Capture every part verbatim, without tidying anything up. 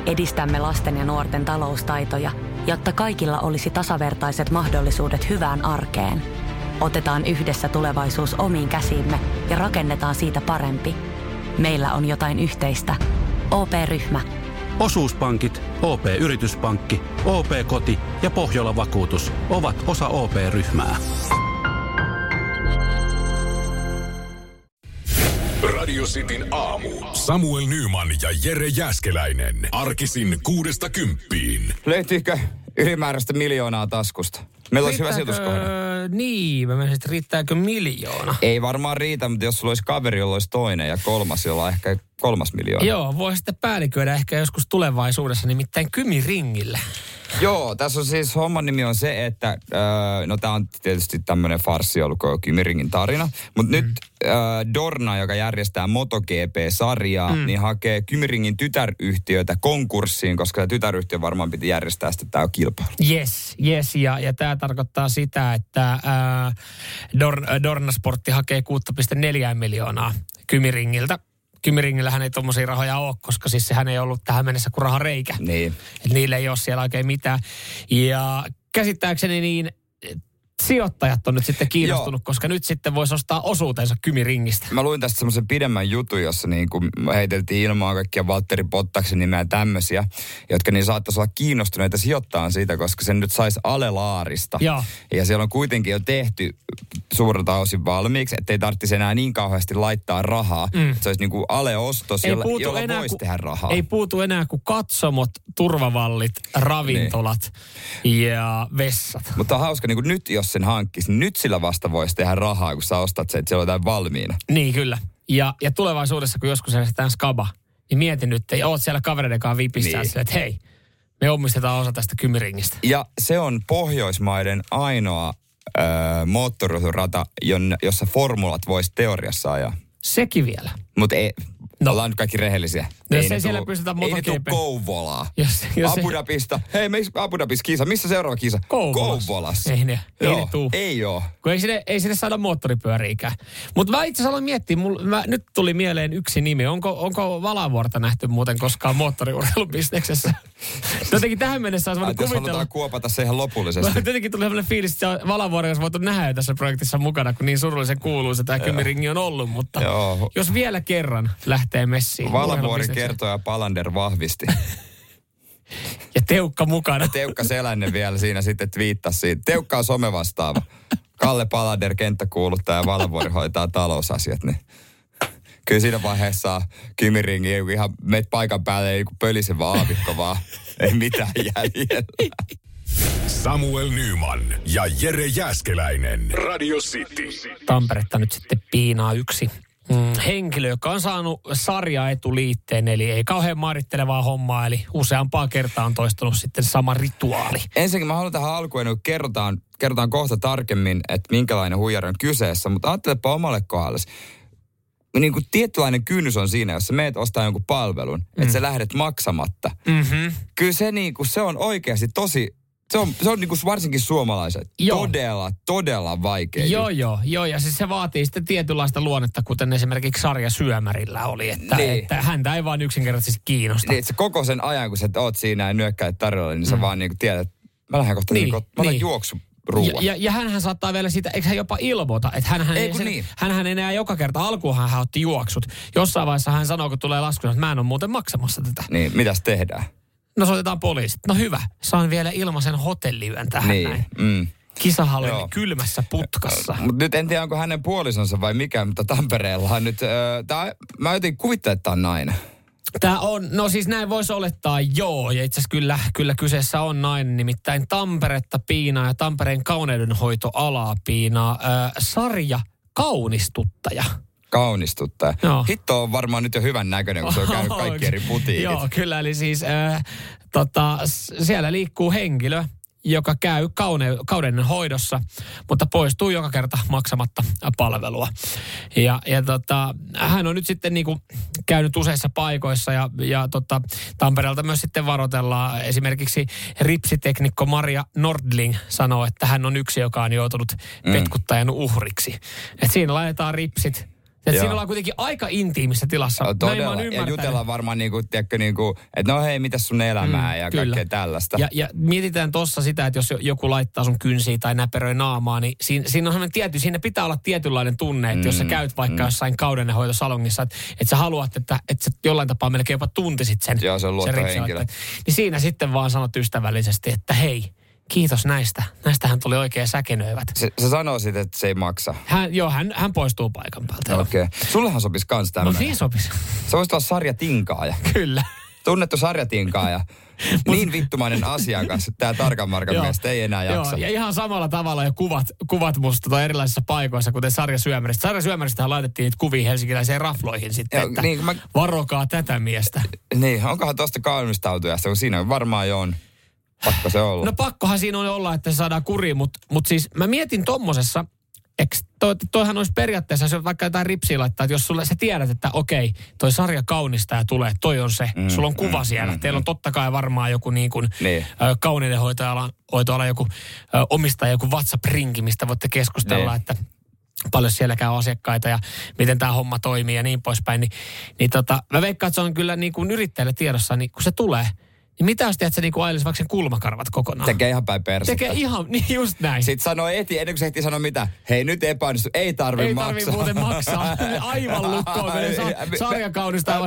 edistämme lasten ja nuorten taloustaitoja, jotta kaikilla olisi tasavertaiset mahdollisuudet hyvään arkeen. Otetaan yhdessä tulevaisuus omiin käsiimme ja rakennetaan siitä parempi. Meillä on jotain yhteistä. O P-ryhmä. Osuuspankit, O P-yrityspankki, O P-koti ja Pohjola-vakuutus ovat osa O P-ryhmää. Radio Cityn aamu. Samuel Nyman ja Jere Jääskeläinen. Arkisin kuudesta kymppiin. Löytyykö ylimääräistä miljoonaa taskusta? Meillä olisi hyvä sijoituskohde. Niin, mä menisin, että riittääkö miljoona? Ei varmaan riitä, mutta jos sulla olisi kaveri, jolla olisi toinen ja kolmas, jolla on ehkä kolmas miljoona. Joo, voi sitten päälliköidä ehkä joskus tulevaisuudessa, nimittäin Kymi-ringillä. Joo, tässä on siis, homman nimi on se, että, äh, no tää on tietysti tämmönen farssi ollut koko Kymi-ringin tarina, mutta mm. nyt äh, Dorna, joka järjestää MotoGP-sarjaa, mm. niin hakee Kymi-ringin tytäryhtiötä konkurssiin, koska tämä tytäryhtiö varmaan piti järjestää sitten tämä kilpailu. Yes, yes, ja, ja tämä tarkoittaa sitä, että äh, Dor, Dorna Sportti hakee kuusi pilkku neljä miljoonaa Kymi-ringiltä. Kymi-ringillähän ei tommosia rahoja ole, koska siis sehän ei ollut tähän mennessä kuin rahareikä. Niin. Et niille ei ole siellä oikein mitään. Ja käsittääkseni niin sijoittajat on nyt sitten kiinnostunut, Joo. koska nyt sitten voisi ostaa osuutensa Kymi-ringistä. Mä luin tästä semmoisen pidemmän jutun, jossa niin kuin heiteltiin ilmaan kaikkia Valtteri Bottaksen nimeä tämmöisiä, jotka niin saattaisi olla kiinnostuneita sijoittaa siitä, koska sen nyt saisi alelaarista. Joo. Ja siellä on kuitenkin jo tehty suurelta osin valmiiksi, ettei tarvitsisi enää niin kauheasti laittaa rahaa. Mm. Se olisi niin kuin aleostos, jolla, jolla voisi tehdä rahaa. Ei puutu enää kuin katsomot, turvavallit, ravintolat niin. ja vessat. Mutta on hauska, niin kuin nyt jos sen hankkisi, niin nyt sillä vasta voisi tehdä rahaa, kun sä ostat sen, että siellä on jotain valmiina. Niin, kyllä. Ja, ja tulevaisuudessa, kun joskus järjestetään skaba, niin mietin nyt, että oot siellä kavereiden kanssa vipissä, niin. että hei, me omistetaan osa tästä Kymi-ringistä. Ja se on Pohjoismaiden ainoa öö, moottorirata, jossa formulat voisi teoriassa ajaa. Sekin vielä. Mutta ei... No. Ollaan nyt kaikki rehellisiä. No, ei se siellä tuu, pystytään MotoGP. Ei ne tuu Kouvolaa. Jos, jos Abu Dhabista. Hei, me Abu Dhabis kisa. Missä seuraava kisa? Kouvolassa. Kouvolassa. Ei ne, ei ne tuu. Ei oo. Kun ei sinne, ei sinne saada moottoripyöriikään. Mutta mä itse asiassa aloin miettiä, mul, mä, nyt tuli mieleen yksi nimi. Onko, onko Valavuorta nähty muuten koskaan moottoriurheilubisneksessä? Jotenkin tähän mennessä olisi voinut kuvitella. Jos halutaan kuopata se ihan lopullisesti. Jotenkin tuli sellainen fiilis, että Valavuori olisi voitu nähdä jo tässä projektissa mukana, kun niin surullisen kuuluisa tämä Kymi-ringi on ollut. Mutta Joo. jos vielä kerran lähtee messiin. Valavuori kertoi ja Palander vahvisti. Ja Teukka mukana. Ja Teukka Selänen vielä siinä sitten twiittasi siitä. Teukka on somevastaava. Kalle Palander kenttäkuuluttaja ja Valavuori hoitaa talousasiat. Niin. Kyllä siinä vaiheessa Kymi-ringi ei ihan meet paikan päälle, ei kuin pölisen vaan aavikko vaan. Ei mitään jäljellä. Samuel Nyman ja Jere Jääskeläinen. Radio City. Tamperetta nyt sitten piinaa yksi mm, henkilö, joka on saanut sarjaetuliitteen, eli ei kauhean maarittelevaa hommaa, eli useampaa kertaa on toistunut sitten sama rituaali. Ensinnäkin mä haluan tähän alkuun, että kerrotaan, kerrotaan kohta tarkemmin, että minkälainen huijari on kyseessä, mutta ajattelepa omalle kohdallesi. Niin kuin tietynlainen kynnys on siinä, jos sä meet ostaa jonkun palvelun, mm. että sä lähdet maksamatta. Mm-hmm. Kyllä se, niin kuin, se on oikeasti tosi, se on, se on niin kuin varsinkin suomalaiset, joo. todella, todella vaikea. Joo, joo, joo, ja siis se vaatii sitten tietynlaista luonnetta, kuten esimerkiksi Sarja Syömärillä oli, että, niin. että häntä ei vaan yksinkertaisesti kiinnosta. Niin, että se koko sen ajan, kun sä oot siinä ja nyökkäät tarjolla, niin sä mm. vaan niin kuin tiedät, että mä lähden kohta niin, niin, mä lähden niin. juoksu. Ja, ja, ja hänhän saattaa vielä sitä, eikö hän jopa ilmoita, että hänhän ei, sen, niin. hänhän enää joka kerta, alkuunhan hän otti juoksut. Jossain vaiheessa hän sanoo, kun tulee lasku, että mä en ole muuten maksamassa tätä. Niin, mitäs tehdään? No soitetaan poliisit. No hyvä, saan vielä ilmaisen hotelliyön tähän niin. näin. Mm. Kisahallin kylmässä putkassa. Mutta nyt en tiedä, onko hänen puolisonsa vai mikä, mutta Tampereella on nyt, äh, tää, mä jotenkin kuvittelen, että tämä on nainen. Tämä on, no siis näin voisi olettaa, joo, ja itse asiassa kyllä, kyllä kyseessä on nainen, nimittäin Tamperetta piinaa ja Tampereen kauneudenhoitoalaa piinaa äh, Sarja Kaunistuttaja. Kaunistuttaja. Joo. Hitto on varmaan nyt jo hyvän näköinen, kun se on käynyt kaikki eri putiikit. Joo, kyllä, eli siis äh, tota, siellä liikkuu henkilö, joka käy kaune, kauden hoidossa, mutta poistuu joka kerta maksamatta palvelua. Ja, ja tota, hän on nyt sitten niinku käynyt useissa paikoissa ja, ja tota, Tampereelta myös sitten varoitellaan. Esimerkiksi ripsiteknikko Maria Nordling sanoo, että hän on yksi, joka on joutunut mm. petkuttajan uhriksi. Et siinä laitetaan ripsit Että siinä ollaan kuitenkin aika intiimissä tilassa. Todella. Ja jutellaan varmaan niinku, tiedätkö, niinku, että no hei, mitäs sun elämää mm, ja kyllä. kaikkea tällaista. Ja, ja mietitään tossa sitä, että jos joku laittaa sun kynsiä tai näperöi naamaa, niin siinä, siinä on sellainen tietty, siinä pitää olla tietynlainen tunne, että mm, jos sä käyt vaikka mm. jossain kaudennenhoitosalongissa, että, että sä haluat, että, että sä jollain tapaa melkein jopa tuntisit sen. Joo, se on luottohenkilö. Niin siinä sitten vaan sanot ystävällisesti, että hei, kiitos näistä. Näistähän tuli oikein säkenöivät. Se, se sanoo sitten, että se ei maksa. Hän, joo, hän, hän poistuu paikan päältä. Okei. Okay. Sullehan sopisi kans tämmöinen. No niin sopisi. Se voisi olla sarjatinkaaja. Kyllä. Tunnettu sarjatinkaaja. Niin vittumainen asiakas, että tämä tarkan markan mielestä ei enää jaksa. Joo, ja ihan samalla tavalla jo kuvat, kuvat musta tai erilaisissa paikoissa, kuten sarjasyömäristä. Sarjasyömäristähän laitettiin niitä kuvia helsinkiläiseen rafloihin sitten, joo, että niin, mä... varokaa tätä miestä. Niin, onkohan tuosta kaunistautujasta, kun siinä varmaan jo on. Pakko se olla. No pakkohan siinä on olla, että se saadaan kuriin, mutta mut siis mä mietin tommosessa, eikö toi, toihan olisi periaatteessa, jos vaikka jotain ripsiä laittaa, että jos sulle sä tiedät, että okei, toi sarja kaunistaa tulee, toi on se, mm, sulla on kuva mm, siellä. Mm, Teillä on totta kai varmaan joku niin kuin niin. Ö, kauneidenhoitoalan hoitoalan joku ö, omistaja, joku WhatsApp-rinki, mistä voitte keskustella, niin. että paljon siellä käy asiakkaita ja miten tämä homma toimii ja niin poispäin. Ni, niin tota, mä veikkaan, että se on kyllä niin kuin yrittäjälle tiedossa, niin kun se tulee, niin mitä jos tiedät, että se niinku ailisi vaikka sen kulmakarvat kokonaan? Tekee ihan päin persettä. Tekee ihan, niin just näin. Sitten sanoi eti, ennen kuin se ehti sanoa mitä, hei nyt epäonnistu, ei tarvi ei maksaa. Ei tarvi muuten maksaa. Aivan lukkoon, kun sarja kaunistaa.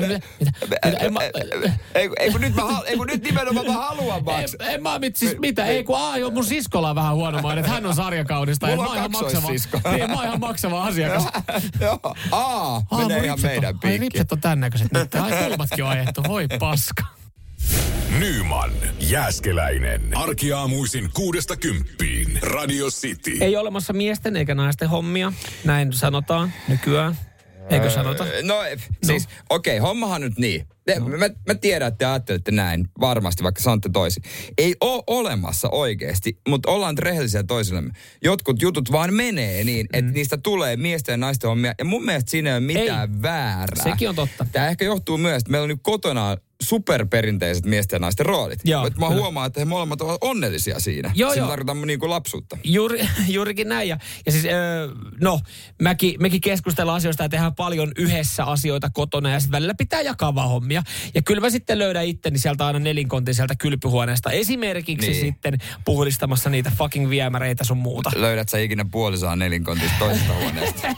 Ei kun nyt mä, ei kun nyt nimenomaan mä haluan maksaa. En mä siis mitä, ei kun aah, joo mun siskolla on vähän huono maine, että hän on sarja kaunistaa. Mulla on kaksoissisko. Niin, mä oon ihan maksava asiakas. Joo, aa, menee ihan meidän piikkiin. Ai ripset on tän näköiset nyt, ai kulmatkin on ajettu, voi paska. Nyman, Jääskeläinen. Arkiaamuisin kuudesta kymppiin. Radio City. Ei olemassa miesten eikä naisten hommia. Näin sanotaan nykyään. Eikö sanota? No siis, no. okei, okay, hommahan nyt niin. Te, no. mä, mä tiedän, että te ajattelette näin varmasti, vaikka sanotte toisin. Ei ole olemassa oikeasti, mutta ollaan rehellisiä toisillemme. Jotkut jutut vaan menee niin, että mm. niistä tulee miesten ja naisten hommia. Ja mun mielestä siinä ei ole mitään ei. väärää. Sekin on totta. Tämä ehkä johtuu myös, että meillä on nyt kotona superperinteiset miesten ja naisten roolit. Joo, mä kyllä. huomaan, että he molemmat ovat onnellisia siinä. Joo, siinä tarkoitan niin kuin lapsuutta. Juuri, juurikin näin. Ja, ja siis, öö, no, mäkin, mekin keskustellaan asioista ja tehdään paljon yhdessä asioita kotona ja sitten välillä pitää jakaa vaan hommia. Ja kyllä mä sitten löydän itteni sieltä aina nelinkontin sieltä kylpyhuoneesta. Esimerkiksi niin. sitten puhdistamassa niitä fucking viemäreitä sun muuta. Löydät sä ikinä puolisaa nelinkontista toisesta huoneesta?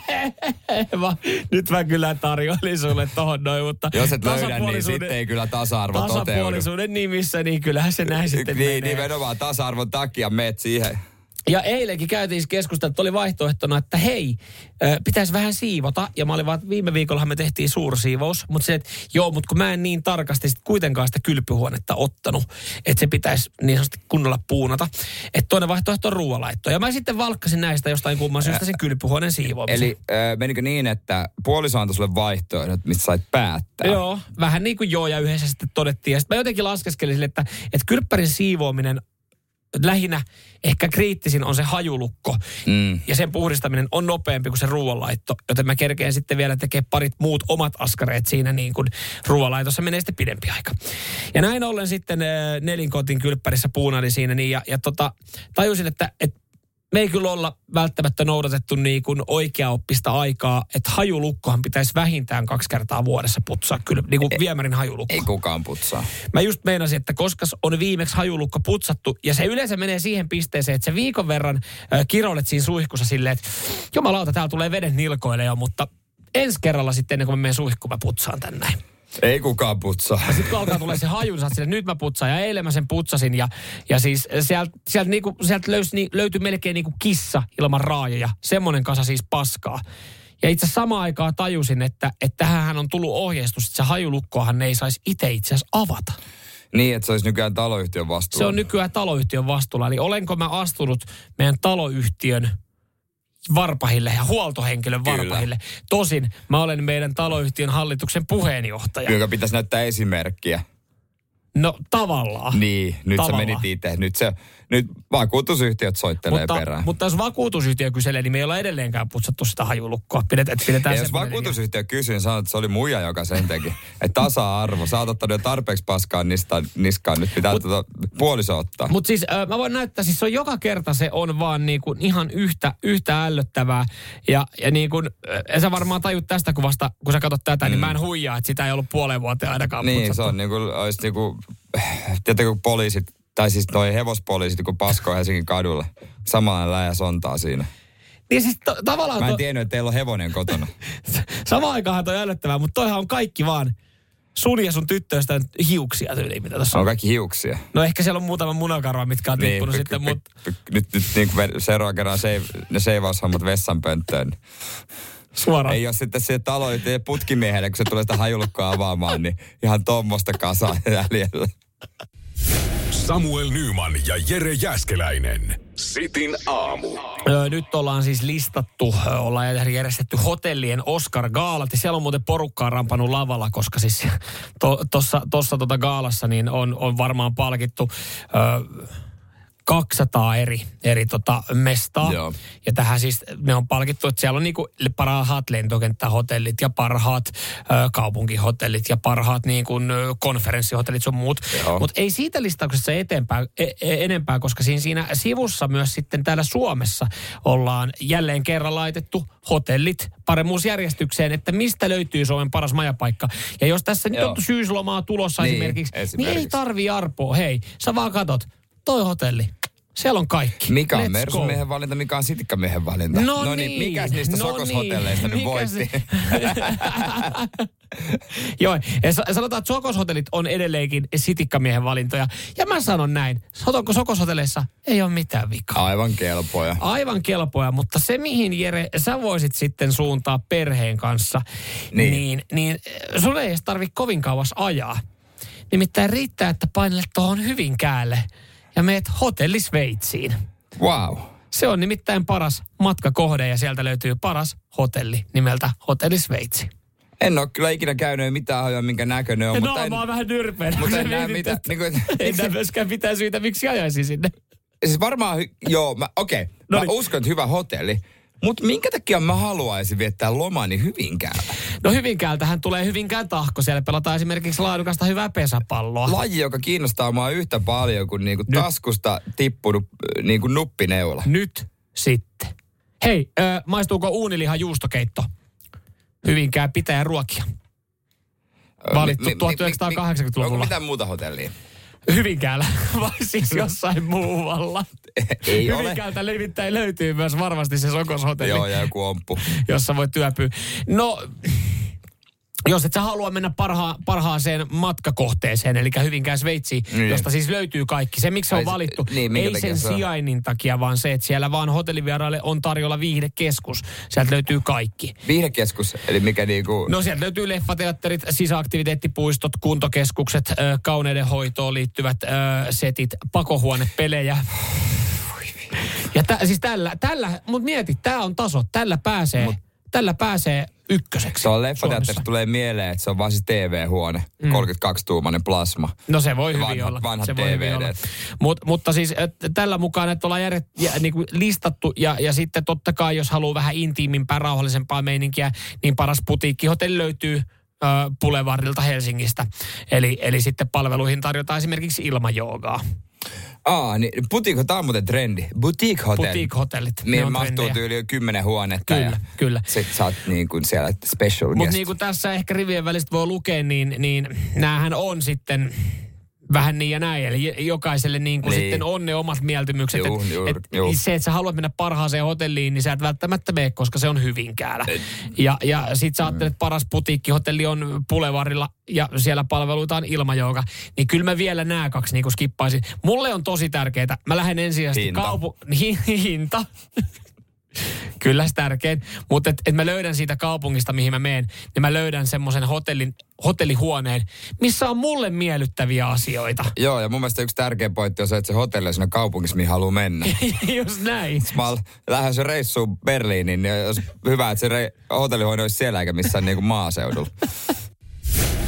mä, nyt mä kyllä tarjoilin sulle tohon noin, mutta... Jos et löydä, niin sitten ei kyllä tasa-arvo toteudu. Tasapuolisuuden nimissä, niin kyllähän se näin sitten niin, menee. Nimenomaan tasa-arvon takia meet siihen. Ja eilenkin käytiin keskustelua, että oli vaihtoehtona, että hei, pitäisi vähän siivota. Ja mä olin vaan, viime viikollahan me tehtiin suursiivous. Mutta se, että joo, mutta kun mä en niin tarkasti sit kuitenkaan sitä kylpyhuonetta ottanut, että se pitäisi niin sanotusti kunnolla puunata. Että toinen vaihtoehto on ruoanlaitto. Ja mä sitten valkkasin näistä jostain kumman syystä sen kylpyhuoneen siivoamisen. Eli äh, menikö niin, että puoliso antoi sulle vaihtoehdot, mistä sait päättää? Joo, vähän niin kuin joo ja yhdessä sitten todettiin. Ja sitten mä jotenkin laskeskelin sille, että, että kylppärin siivoaminen lähinnä ehkä kriittisin on se hajulukko. Mm. Ja sen puhdistaminen on nopeampi kuin se ruoanlaitto. Joten mä kerkeen sitten vielä tekemään parit muut omat askareet siinä niin kuin ruoanlaitossa menee sitten pidempi aika. Ja näin ollen sitten äh, nelinkotin kylppärissä puunali siinä niin ja, ja tota, tajusin, että et me ei kyllä olla välttämättä noudatettu niin kuin oikeaoppista aikaa, että hajulukkohan pitäisi vähintään kaksi kertaa vuodessa putsaa, kyllä, niin kuin viemärin hajulukko. Ei kukaan putsaa. Mä just meinasin, että koska on viimeksi hajulukko putsattu, ja se yleensä menee siihen pisteeseen, että se viikon verran äh, kiroilet siinä suihkussa silleen, että jumalauta, täällä tulee veden nilkoille jo, mutta ensi kerralla sitten ennen kuin mä menen suihkuun, mä putsaan tän näin. Ei kukaan putsaa. Ja sitten kun alkaa tulee se haju, niin sä sille, nyt mä putsaan. Ja eilen mä sen putsasin. Ja, ja siis sieltä sielt niinku, sielt löysi, ni, löytyi melkein niinku kissa ilman raajoja. Semmoinen kasa siis paskaa. Ja itse samaan aikaan tajusin, että, että tähän on tullut ohjeistus, että se hajulukkoahan ne ei saisi itse itse asiassa avata. Niin, että se olisi nykyään taloyhtiön vastuulla. Se on nykyään taloyhtiön vastuulla. Eli olenko mä astunut meidän taloyhtiön varpahille ja huoltohenkilön Kyllä. varpahille. Tosin mä olen meidän taloyhtiön hallituksen puheenjohtaja. Joka pitäisi näyttää esimerkkiä. No tavallaan. Niin, nyt tavallaan. Sä menit itse. Nyt, se, nyt vakuutusyhtiöt soittelee mutta, perään. Mutta jos vakuutusyhtiö kyselee, niin me ei olla edelleenkään putsattu sitä hajulukkoa. Pidetään, pidetään ja jos vakuutusyhtiö kysyy, niin sanoo, että se oli muija, joka sen teki. Että tasa-arvo. Sä oot ottanut jo tarpeeksi paskaa niskaan. niskaan. Nyt pitää mut, tuota puoliso ottaa. Mutta siis äh, mä voin näyttää, siis se on joka kerta se on vaan niinku ihan yhtä, yhtä ällöttävää. Ja, ja niin kuin, äh, sä varmaan tajut tästä kuvasta, kun sä katsot tätä, mm. niin mä en huijaa, että sitä ei ollut puoleen vuoteen ainakaan niin, putsattu. Se on niin kuin, olisi niin kuin, tietenkin kun poliisit, tai siis noi hevospoliisit, kun paskoo Helsingin kadulla. Samanlainen läjä sontaa siinä. Niin siis to, tavallaan... Mä en to... tiennyt, että teillä on hevonen kotona. Samaan aikaanhan toi ällöttävää, mutta toihan on kaikki vaan sun ja sun tyttöystä hiuksia tyyliin, mitä tässä on. On kaikki hiuksia. No ehkä siellä on muutama munakarva, mitkä on niin, tippunut py, sitten, py, mutta... Py, nyt, nyt niin kuin seuraavan kerran seiv, ne seivaushommat vessanpönttöön. Suoraan. Ei ole sitten se taloyhtiö putkimiehelle, kun se tulee sitä hajulukkoa avaamaan, niin ihan tommoista kasaa jäljellä. Samuel Nyman ja Jere Jääskeläinen. Sitin aamu. Öö, nyt ollaan siis listattu, ollaan järjestetty hotellien Oscar-gaalat ja siellä on muuten porukkaa rampannut lavalla, koska siis tuossa to, tota gaalassa niin on, on varmaan palkittu öö, kaksisataa eri, eri tota mestaa. Joo. Ja tähän siis me on palkittu, että siellä on niinku parhaat lentokenttähotellit ja parhaat ö, kaupunkihotellit ja parhaat niinku konferenssihotellit sun muut. Mutta ei siitä listauksessa eteenpäin, e, e, enempää, koska siinä, siinä sivussa myös sitten täällä Suomessa ollaan jälleen kerran laitettu hotellit paremmuusjärjestykseen, että mistä löytyy Suomen paras majapaikka. Ja jos tässä Joo. nyt on syyslomaa tulossa niin, esimerkiksi, esimerkiksi, niin ei tarvii arpoa. Hei, sä vaan katot. Toi hotelli. Siellä on kaikki. Mikä on Mersumiehen valinta, mikä on Sitikka-miehen valinta? No, no niin. Mikäs niistä no Sokos-hotelleista niin. nyt voitti? Joo, ja sanotaan, että Sokos-hotellit on edelleenkin Sitikka-miehen valintoja. Ja mä sanon näin, Sokos-hotelleissa ei ole mitään vikaa. Aivan kelpoja. Aivan kelpoja, mutta se mihin Jere, sä voisit sitten suuntaa perheen kanssa, niin, niin, niin sun ei edes tarvitse kovin kauas ajaa. Nimittäin riittää, että painelet tuohon Hyvinkäälle ja meet hotelli Sveitsiin. Wow. Se on nimittäin paras matkakohde ja sieltä löytyy paras hotelli nimeltä Hotelli Sveitsi. En ole kyllä ikinä käynyt mitään hajoa, minkä näköinen on. No, mutta en, mä oon vähän nyrpeä. Mutta en näe mitään. Niin kuin, en näe myöskään mitään syytä, miksi ajaisin sinne. Siis varmaan, joo, okei. Okay, no mä niin. uskon, että hyvä hotelli. Mutta minkä takia mä haluaisin viettää lomani Hyvinkäällä? No Hyvinkäältähän tulee Hyvinkään tahko. Siellä pelataan esimerkiksi laadukasta hyvää pesäpalloa. Laji, joka kiinnostaa mua yhtä paljon kuin niinku taskusta tippunut niinku nuppineula. Nyt sitten. Hei, äh, maistuuko uuniliha juustokeitto? Hyvinkään pitää ruokia. Valittu mi, mi, tuhatyhdeksänsataakahdeksankymmentäluvulla. Onko mitään muuta hotellia? Hyvinkäällä, vai siis jossain muualla? Ei Hyvinkäältä ole. Nimittäin löytyy myös varmasti se Sokos-hotelli. Joo, ja joku omppu. Jossa voi työpyä. No, jos et sä halua mennä parha, parhaaseen matkakohteeseen, eli Hyvinkään Sveitsiin, niin. josta siis löytyy kaikki. Se, miksi se on valittu, niin, ei sen sijainnin takia, vaan se, että siellä vaan hotellivieraille on tarjolla viihdekeskus. Sieltä löytyy kaikki. Viihdekeskus? Eli mikä niinku... No sieltä löytyy leffateatterit, sisäaktiviteettipuistot, kuntokeskukset, kauneiden hoitoon liittyvät setit, pakohuonepelejä. Ja tä, siis tällä, tällä mutta mieti, tää on taso, tällä pääsee... Mut. Tällä pääsee ykköseksi. Tuolla leffateatterissa tulee mieleen, että se on vaan siis T V-huone. Mm. kolmekymmentäkaksi-tuumainen plasma. No se voi hyvin vanhat, olla. Vanhat se T V D. Mut, mutta siis et, tällä mukaan, että ollaan järjet, ja, niin kuin listattu ja, ja sitten totta kai, jos haluaa vähän intiimimpää, rauhallisempaa meininkiä, niin paras putiikkihotelli löytyy äh, Boulevardilta Helsingistä. Eli, eli sitten palveluihin tarjotaan esimerkiksi ilmajoogaa. Aa, niin boutique, tämä on muuten trendi. Boutique-hotelli. Boutique-hotellit. Mihin mahtuu tyyli kymmenen huonetta. Kyllä, ja kyllä. Sitten sä oot niin kuin siellä special guest. Mutta niin kuin tässä ehkä rivien välistä voi lukea, niin, niin näähän on sitten vähän niin ja näin. Eli jokaiselle niin kuin niin. sitten on ne omat mieltymykset. Juu, et, juu, et juu. Se, että sä haluat mennä parhaaseen hotelliin, niin sä et välttämättä mene, koska se on Hyvinkäällä. Et. Ja, ja sit sä ajattelet, että paras putiikkihotelli on Boulevardilla ja siellä palveluita on ilmajooga. Niin kyllä mä vielä nämä kaksi niin kuin skippaisin. Mulle on tosi tärkeää. Mä lähden ensisijaisesti kaupu... Hinta. Kyllä se tärkein. Mutta että et mä löydän siitä kaupungista, mihin mä menen, niin mä löydän semmoisen hotellin, hotellihuoneen, missä on mulle miellyttäviä asioita. Joo, ja mun mielestä yksi tärkeä pointti on se, että se hotelli on siinä kaupungissa, mihin haluaa mennä. Just näin. Mä lähden se reissuun Berliiniin, niin olisi hyvä, että se re- hotellihuone olisi siellä eikä missään niin kuin maaseudulla.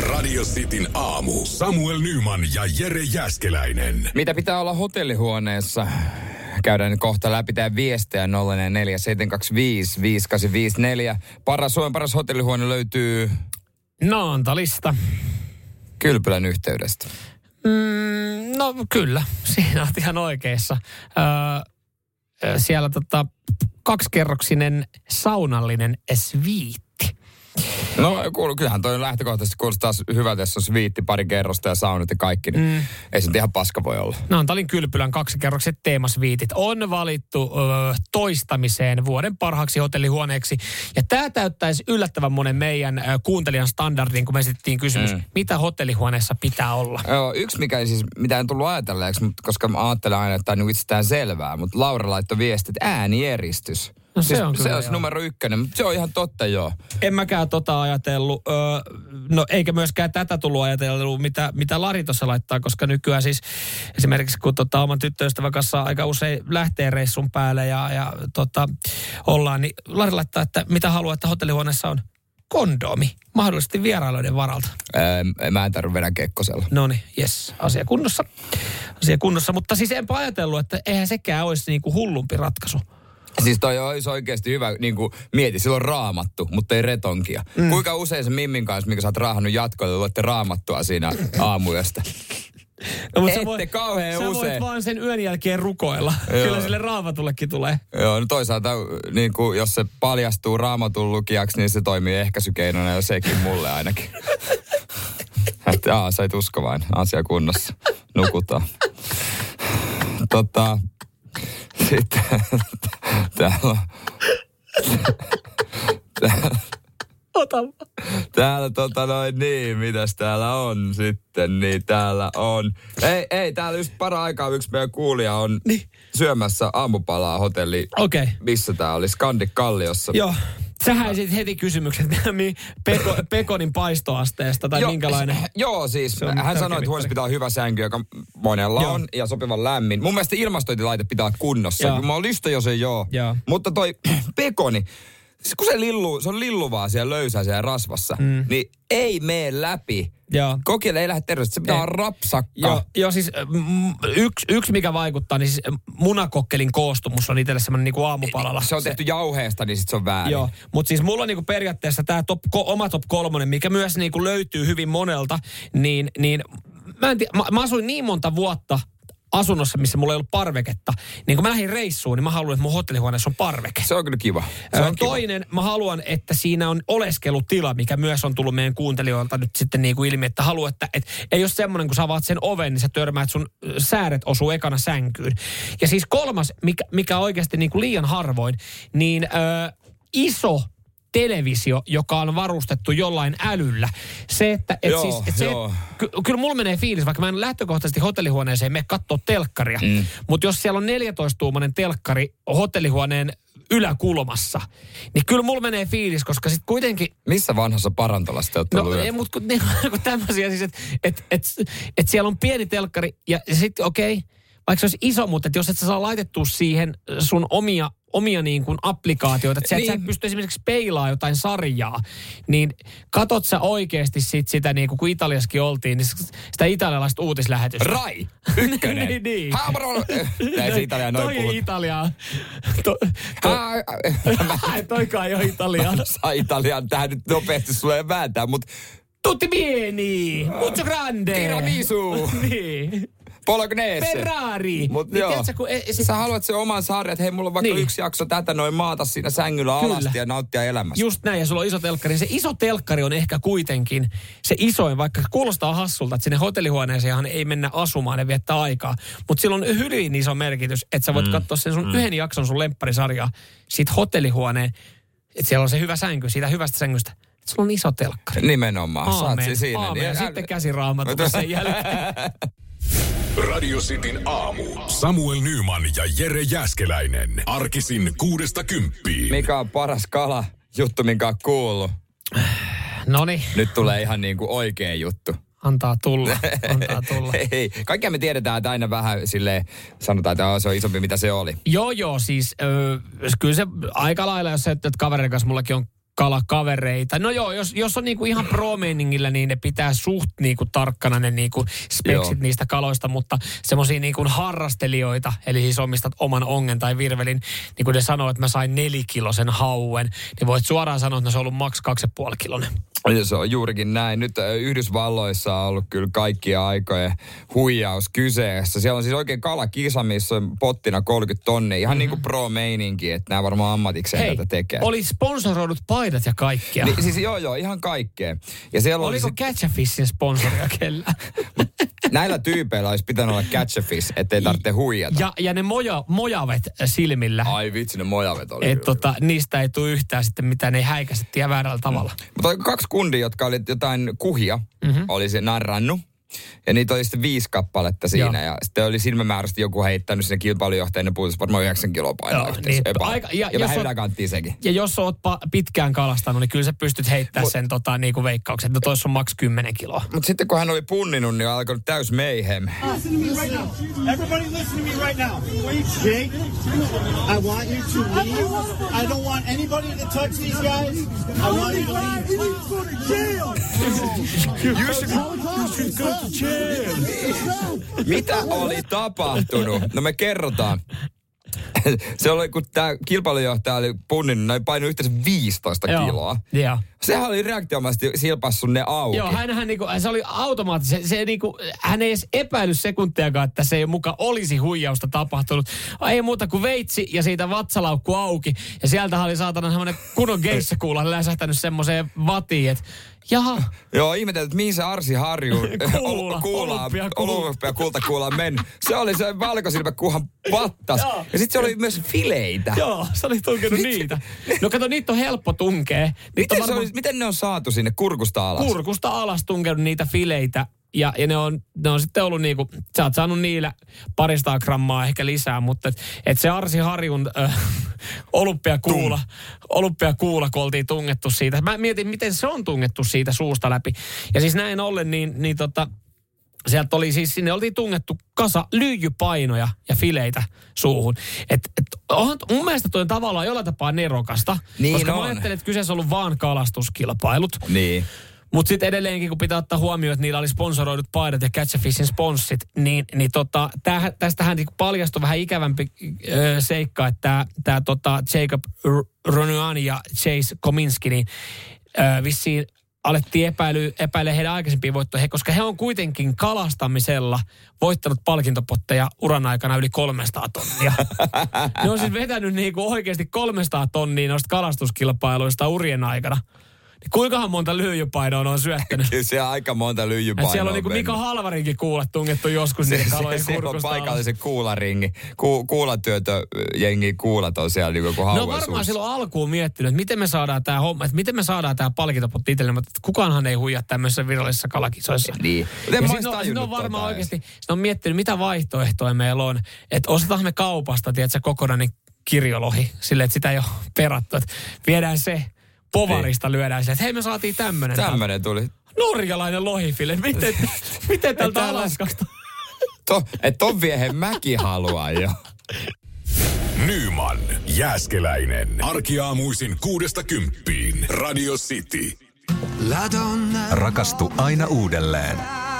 Radio Cityn aamu. Samuel Nyman ja Jere Jääskeläinen. Mitä pitää olla hotellihuoneessa? Käydään nyt kohta läpi tämän viestejä nolla neljä seitsemän kaksi viisi viisi kahdeksan viisi neljä. Paras, Suomen paras hotellihuone löytyy Naantalista. Kylpylän yhteydestä. Mm, no kyllä, siinä olet ihan oikeassa. Öö, siellä tota, kaksikerroksinen saunallinen sviitti. No kuulu, kyllähän toi lähtökohtaisesti kuulostaa hyvältä, jos on sviitti, pari kerrosta ja saunat ja kaikki, niin mm. ei se nyt ihan paska voi olla. Naantalin Kylpylän kaksikerrokset teemasviitit on valittu ö, toistamiseen vuoden parhaaksi hotellihuoneeksi. Ja tämä täyttäisi yllättävän monen meidän ö, kuuntelijan standardin, kun me esitettiin kysymys, mm. mitä hotellihuoneessa pitää olla. Joo, yksi mikä ei siis, mitä en tullut ajatelleeksi, koska mä ajattelen aina, että tämä on itsestään selvää, mutta Laura laittoi viestit, äänieeristys. No se siis, on kyllä, se olisi numero ykkönen, mutta se on ihan totta, joo. En mäkään tota ajatellut, öö, no eikä myöskään tätä tullut ajatellut, mitä, mitä Lari tuossa laittaa, koska nykyään siis esimerkiksi kun tota, oman tyttöystävän kanssa aika usein lähtee reissun päälle ja, ja tota, ollaan, niin Lari laittaa, että mitä haluaa, että hotellihuoneessa on kondomi, mahdollisesti vierailijoiden varalta. Öö, mä en tarvitse vedä kekkosella. No niin, jes, asia kunnossa. Asia kunnossa, mutta siis enpä ajatellut, että eihän sekään olisi niinku hullumpi ratkaisu. Siis toi olisi oikeasti hyvä, niin kuin mieti, silloin raamattu, mutta ei retonkia. Mm. Kuinka usein se Mimmin kanssa, minkä sä oot raahannut jatkoille, luette raamattua siinä aamuyöstä? No, mutta Ette sä voit, kauhean sä usein. Sä voit vaan sen yön jälkeen rukoilla. Kyllä sille raamatullekin tulee. Joo, no toisaalta niin kuin, jos se paljastuu raamatun lukijaksi, niin se toimii ehkäisykeinona jo sekin mulle ainakin. Että jaa, sä et usko vain, asia kunnossa. Nukutaan. Tota... Sitten täällä on... Täällä, Ota täällä tota noin niin, mitäs täällä on sitten, niin täällä on... Ei, ei, täällä just para-aikaa yksi meidän kuulija on niin. syömässä aamupalaa hotelli. Okei. Okay. Missä tää oli? Scandic Kalliossa. Joo. Sähän esitit heti kysymykset peko, pekonin paistoasteesta tai jo, minkälainen. Joo, siis hän sanoi, että huoneessa pitää olla hyvä sänky, joka monella joo. on, ja sopivan lämmin. Mun mielestä ilmastointilaite pitää olla kunnossa. Joo. Mä oon lista, jos ei joo. joo. Mutta toi pekoni, siis kun se lilluu, se on lilluvaa siellä löysää siellä rasvassa, mm. niin ei mene läpi. Kokille ei lähde terveesti, se pitää olla rapsakka. Joo, jo, siis yksi, yksi mikä vaikuttaa, niin siis munakokkelin koostumus on itselle semmoinen niinku aamupalalla. Se on tehty jauheesta, niin sit se on väärin. Joo, mutta siis mulla on niinku periaatteessa tämä top, oma top kolmonen, mikä myös niinku löytyy hyvin monelta, niin, niin mä, en tii, mä, mä asuin niin monta vuotta asunnossa, missä mulla ei ollut parveketta. Niin kun mä lähdin reissuun, niin mä haluan, että mun hotellihuoneessa on parveke. Se on kyllä kiva. Se on Toinen, kiva. mä haluan, että siinä on oleskelutila, mikä myös on tullut meidän kuuntelijoilta nyt sitten niin kuin ilmi, että haluan, että et, ei ole semmoinen, kun sä avaat sen oven, niin sä törmäät sun sääret osuu ekana sänkyyn. Ja siis kolmas, mikä, mikä oikeasti niin kuin liian harvoin, niin ö, iso televisio, joka on varustettu jollain älyllä. Se, että et joo, siis, et se, ky, kyllä mulla menee fiilis, vaikka mä en lähtökohtaisesti hotellihuoneeseen mene katsoa telkkaria, mm. mutta jos siellä on neljätoista-tuumainen telkkari hotellihuoneen yläkulmassa, niin kyllä mulla menee fiilis, koska sitten kuitenkin... Missä vanhassa parantolassa te olette no, ollut ei, mutta kun, niin, kun tämmöisiä siis, että et, et, et siellä on pieni telkkari ja, ja sitten okei, okay, vaikka se olisi iso, mutta jos et sä saa laitettua siihen sun omia omia niin kuin applikaatioita, että niin. sä et pysty esimerkiksi peilaa jotain sarjaa, niin katot sä oikeasti sit sitä, niin kuin kun Italiassakin oltiin, niin sitä italialaista uutislähetystä. Rai! Ykkönen! niin, niin. Haamaro! Näin se Italia noin puhut. puhut. Toi Italiaa. To, to, toikaan ei ole Italiaa. Saa Italiaan tähän nyt nopeasti sulle vääntää, mutta... Tutti bieni! Mucho grande! Tiramisu! niin. Bolognese. Ferrari. Mut niin joo. Tiedätkö, kun e, sit... Sä haluat sen oman sarjan, että hei, mulla on vaikka niin. yksi jakso tätä noin maata siinä sängyllä Kyllä. alasti ja nauttia elämästä. Just näin, ja sulla on iso telkkari. Se iso telkkari on ehkä kuitenkin se isoin, vaikka kuulostaa hassulta, että sinne hotellihuoneeseenhan ei mennä asumaan ja viettää aikaa. Mutta sillä on hyvin iso merkitys, että sä voit mm. katsoa sen sun mm. yhden jakson sun lempparisarjaa siitä hotellihuoneen, että siellä on se hyvä sänky, siitä hyvästä sängystä. Että sulla on iso telkkari. Nimenomaan, saat se siinä. Aamen. Ja sitten käsiraamattu sen jälkeen. Radio Cityn aamu. Samuel Nyman ja Jere Jääskeläinen. Arkisin kuudesta kymppiin. Mikä on paras kala juttu, minkä on kuullut? Noniin. Nyt tulee ihan niin kuin oikea juttu. Antaa tulla, antaa tulla. Hei, kaikkea me tiedetään, että aina vähän silleen, sanotaan, että se on isompi, mitä se oli. Joo, joo, siis ö, kyllä se aika lailla, jos sä, että kaverin kanssa mullakin on kalakavereita. No joo, jos, jos on niinku ihan pro-meiningillä, niin ne pitää suht niinku tarkkana ne niinku speksit joo. niistä kaloista, mutta semmosia niinku harrastelijoita, eli siis omistat oman ongen tai virvelin, niin kun ne sanoo, että mä sain nelikilosen hauen, niin voit suoraan sanoa, että se on ollut maks kaksi ja puoli kilonen. Ja se on juurikin näin. Nyt Yhdysvalloissa on ollut kyllä kaikkia aikojen huijaus kyseessä. Siellä on siis oikein kalakisa, missä on pottina kolmekymmentä tonnia. Ihan mm-hmm. niin kuin pro-meininki, että nämä varmaan ammatikseen Hei, tätä tekee. oli sponsoroidut paidat ja kaikkea. Ni, siis joo joo, ihan kaikkea. Ja siellä oliko oli Catch a Fishin sponsoria kellään? Näillä tyypeillä olisi pitänyt olla Catch a Fish, ettei tarvitse huijata. Ja, ja ne moja, mojavet silmillä. Ai vitsi, ne mojavet oli. Että tota, niistä ei tule yhtään sitten mitään, ne ei häikäisettiin väärällä tavalla. Mm. Mutta kaksi kundia, jotka oli jotain kuhia, mm-hmm. oli se narrannut. Ja niitä oli sitten viisi kappaletta siinä. Joo. Ja sitten oli silmämääräisesti joku heittänyt sinne kilpailujohtajan, ne puhutus varmaan yhdeksän kiloa painoa yhteensä. Niin, aika, ja ja vähän yläkanttiin sekin. Ja jos oot pa- pitkään kalastanut, niin kyllä sä pystyt heittämään Mut, sen tota, niinku veikkauksen, että no toissa on maks kymmenen kiloa. Mutta sitten kun hän oli punninut, niin alkoi täys mayhem. Listen to me right now. Everybody listen to me right now. Jake, I want you to leave. I don't want anybody to touch these guys. I want you to leave. You should, you should go to jail. Mitä oli tapahtunut? No me kerrotaan. Se oli, kun tämä kilpailujohtaja oli punninut, noin painoi yhteensä viisitoista Joo. kiloa. Joo. Sehän oli reaktiomaisesti silpassut ne auki. Joo, hänhän niinku, se oli automaattisesti, se, se niinku, hän ei edes epäillyt sekuntiakaan, että se ei muka olisi huijausta tapahtunut. Ei muuta kuin veitsi ja siitä vatsalaukku auki. Ja sieltä oli saatana semmoinen kunnon geissakuula läsähtänyt semmoiseen vatiin, että jaha. Joo, ihmeteltiin, että mihin se Arsi Harju kuula, kuula, olympia kultakuula meni. Se oli se valkosilmä kuhan pattas. Ja sitten se oli myös fileitä. Joo, se oli tunkenut niitä. No kato, niitä on helppo tunkea. Miten, varmaan, oli, miten ne on saatu sinne kurkusta alas? Kurkusta alas tunkenut niitä fileitä. Ja, ja ne, on, ne on sitten ollut niinku, sä oot saanut niillä parista grammaa ehkä lisää, mutta et, et se Arsi Harjun äh, olympiakuula, olympiakuula, kun oltiin tungettu siitä. Mä mietin, miten se on tungettu siitä suusta läpi. Ja siis näin ollen, niin, niin tota, sieltä oli siis, sinne oltiin tungettu kasa lyijypainoja ja fileitä suuhun. Et, et, onhan, mun mielestä toi on tavallaan jollain tapaa nerokasta. Niin koska on. mä ajattelin, että kyseessä on ollut vaan kalastuskilpailut. Niin. Mutta sitten edelleenkin, kun pitää ottaa huomioon, että niillä oli sponsoroidut paidat ja Catch a Fishin sponssit, niin, niin tota, täh, tästähän niinku paljastui vähän ikävämpi ö, seikka, että tämä tota Jacob Ronuan ja Chase Kominski, niin ö, vissiin alettiin epäily, epäile heidän aikaisempia voittoja, koska he on kuitenkin kalastamisella voittanut palkintopotteja uran aikana yli kolmesataa tonnia. Ne on siis vetänyt niinku oikeasti kolmesataa tonnia noista kalastuskilpailuista urien aikana. Kuinkahan monta lyijypainoa on syöttänyt? Kyllä siellä aika monta lyijypainoa. Siellä on niinku Mika Halvarinkin kuulat tungettu joskus niiden kalojen kurkusta. Se on paikallisen kuularingi. Ku, kuulatyötö jengi kuulat on siellä niin kuin hauan No varmaan silloin alkuun miettinyt, että miten me saadaan tämä homma, että miten me saadaan tämä palkintopotti itsellemme, että kukaanhan ei huijaa tämmöisissä virallisissa kalakisoissa. Niin. Ja sitten on, sit on varmaan oikeasti, sit on miettinyt, mitä vaihtoehtoja meillä on. Että ostetaan me kaupasta, tiedätkö, kokonainen kirjolohi, silleen, että sitä ei ole perattu. Että viedään se. Povarista lyödään sille, että hei me saatiin tämmönen. Tämmönen tuli. Norjalainen lohifile. Miten, miten tältä Alaskasta? To, et ton viehen mäkin haluaa jo. Nyman, Jääskeläinen. Arkiaamuisin kuudesta kymppiin. Radio City. Rakastu aina uudelleen.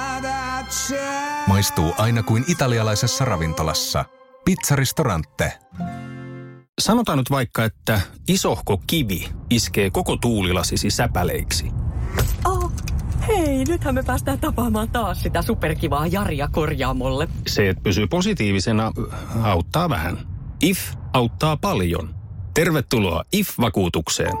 Maistuu aina kuin italialaisessa ravintolassa. Pizzaristorante. Sanotaan nyt vaikka, että isohko kivi iskee koko tuulilasisi säpäleiksi. Oh, hei, nythän me päästään tapaamaan taas sitä superkivaa Jaria korjaamolle. Se, että pysyy positiivisena, auttaa vähän. I F auttaa paljon. Tervetuloa I F-vakuutukseen.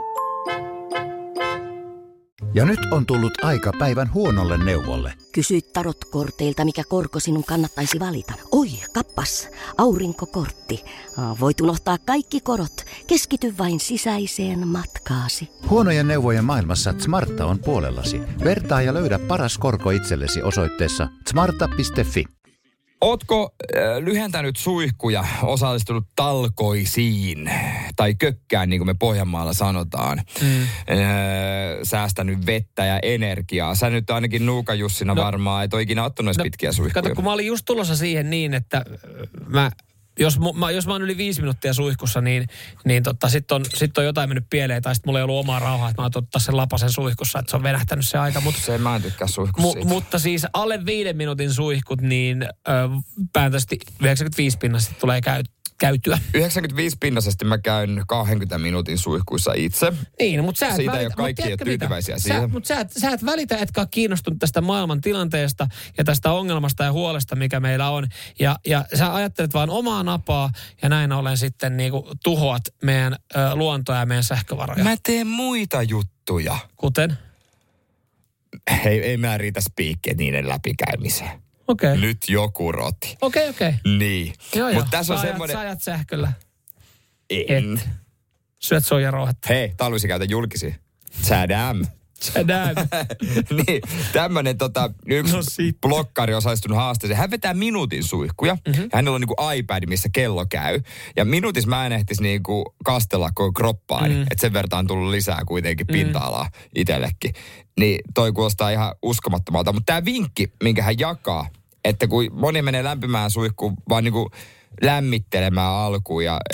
Ja nyt on tullut aika päivän huonolle neuvolle. Kysy tarotkorteilta, mikä korko sinun kannattaisi valita. Oi, kappas, aurinkokortti. Voit unohtaa kaikki korot. Keskity vain sisäiseen matkaasi. Huonojen neuvojen maailmassa Smarta on puolellasi. Vertaa ja löydä paras korko itsellesi osoitteessa smarta piste fi. Ootko äh, lyhentänyt suihkuja, osallistunut talkoisiin tai kökkään, niin kuin me Pohjanmaalla sanotaan, mm. äh, säästänyt vettä ja energiaa? Sä nyt ainakin Nuuka Jussina no, varmaan, et ole ikinä ottanut no, pitkiä suihkuja. Kato, kun mä olin just tulossa siihen niin, että mä jos, mä, jos mä oon yli viisi minuuttia suihkussa, niin, niin totta, sitten on, sit on jotain mennyt pieleen, tai sitten mulla ei ollut omaa rauhaa, että mä oon ottaa sen lapasen suihkussa, että se on venähtänyt se aika. Mut, se mä en tykkää suihkussa mu, Mutta siis alle viiden minuutin suihkut, niin ö, päätösti yhdeksänkymmentäviisi pinnasta tulee käy, käytyä. yhdeksänkymmentäviisi pinnasesti mä käyn kaksikymmentä minuutin suihkuissa itse. Niin, mutta sä et siitä välitä, ei ole kaikki ole tyytyväisiä sä, siihen. Mutta sä, et, sä et välitä, etkä ole kiinnostunut tästä maailman tilanteesta ja tästä ongelmasta ja huolesta, mikä meillä on. Ja, ja sä ajattelet vaan omaa napaa ja näin ollen sitten niinku tuhoat meidän ö, luontoa ja meidän sähkövaroja. Mä teen muita juttuja. Kuten? Ei, ei mä riitä spiikkiä niiden läpikäymiseen. Okei. Okay. Nyt joku roti. Okei, okay, okei. Okay. Niin. Joo, joo. Mut tässä on sä semmoinen... Sä ajat sähköllä. En. Et. Syöt soijarouhetta. Hei, talvisi käytä julkisia. Tsadam. Tsadam. Niin, tämmönen tota, yksi no blokkari on osallistunut haasteeseen. Hän vetää minuutin suihkuja. Mm-hmm. Hänellä on niinku iPad, missä kello käy. Ja minuutissa mä en ehtisi niinku kastella koko kroppaani. Mm. Että sen verran on tullut lisää kuitenkin pinta-alaa mm. itsellekin. Niin toi kuulostaa ihan uskomattomalta. Mutta tää vinkki, minkä hän jakaa, että kun moni menee lämpimään suihkuun vaan niinku lämmittelemään alkuun ja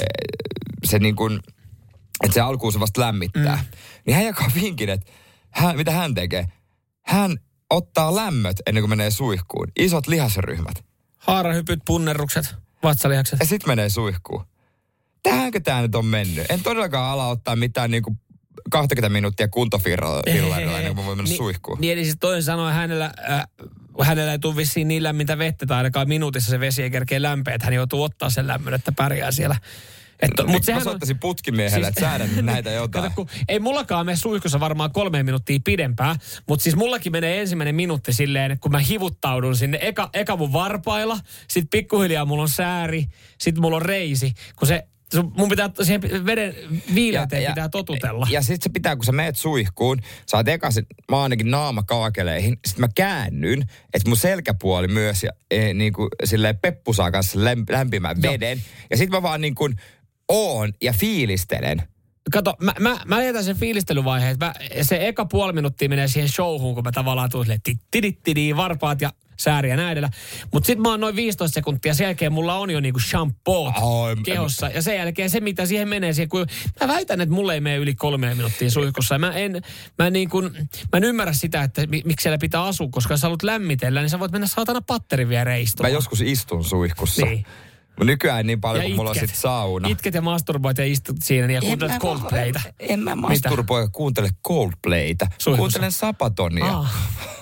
se niinku, että se alkuun se vasta lämmittää. Mm. Niin hän jakaa vinkin, että hän, mitä hän tekee? Hän ottaa lämmöt ennen kuin menee suihkuun. Isot lihasryhmät. Haarahypyt, punnerrukset, vatsalihakset. Ja sit menee suihkuun. Tähänkö tää nyt on mennyt? En todellakaan ala ottaa mitään niinku kaksikymmentä minuuttia kuntofirralla ennen kuin mä voin mennä Ni, suihkuun. Niin eli siis toinen sanoi, hänellä, äh, hänellä ei tule vissiin niin lämmintä vettä tai ainakaan minuutissa se vesi ei kerkeä lämpeä, että hän joutuu ottaa sen lämmön, että pärjää siellä. Että, no, mut mä soittaisin on putkimiehelle, siis, että säädän näitä jotain. Kato, kun, ei mullakaan mene suihkussa varmaan kolme minuuttia pidempään, mutta siis mullakin menee ensimmäinen minuutti silleen, että kun mä hivuttaudun sinne eka, eka mun varpailla, sit pikkuhiljaa mulla on sääri, sit mulla on reisi, kun se mun pitää siihen veden viileyteen ja, pitää ja, totutella. Ja, ja sit se pitää, kun sä meet suihkuun, sä oot ekasin, mä oon ainakin naama kaakeleihin, sit mä käännyn, että mun selkäpuoli myös ja e, niin kuin silleen peppu saa kanssa lämpimän veden. Joo. Ja sit mä vaan niin kuin oon ja fiilistelen. Kato, mä, mä, mä jätän sen fiilistelyvaiheen. Mä, se eka puoli minuuttia menee siihen showhun, kun mä tavallaan tuun silleen tidittidi, varpaat ja sääriä näidellä. Mutta sit mä oon noin viisitoista sekuntia, sen jälkeen mulla on jo niinku shampoot oh, kehossa. Ja sen jälkeen se, mitä siihen menee, siihen, kun mä väitän, että mulle ei mene yli kolme minuuttia suihkussa. Ja mä en, mä niin kun, mä en ymmärrä sitä, että miksi siellä pitää asua, koska jos sä haluat lämmitellä, niin sä voit mennä saatana patterin vielä reistumaan. Mä joskus istun suihkussa. Niin. Nykyään niin paljon, kun mulla on sit sauna. Itket ja masturboit ja istut siinä ja kuuntelet Coldplayta. En mä masturboi ja kuuntele Coldplayta. Kuuntelen Sapatonia. Ah.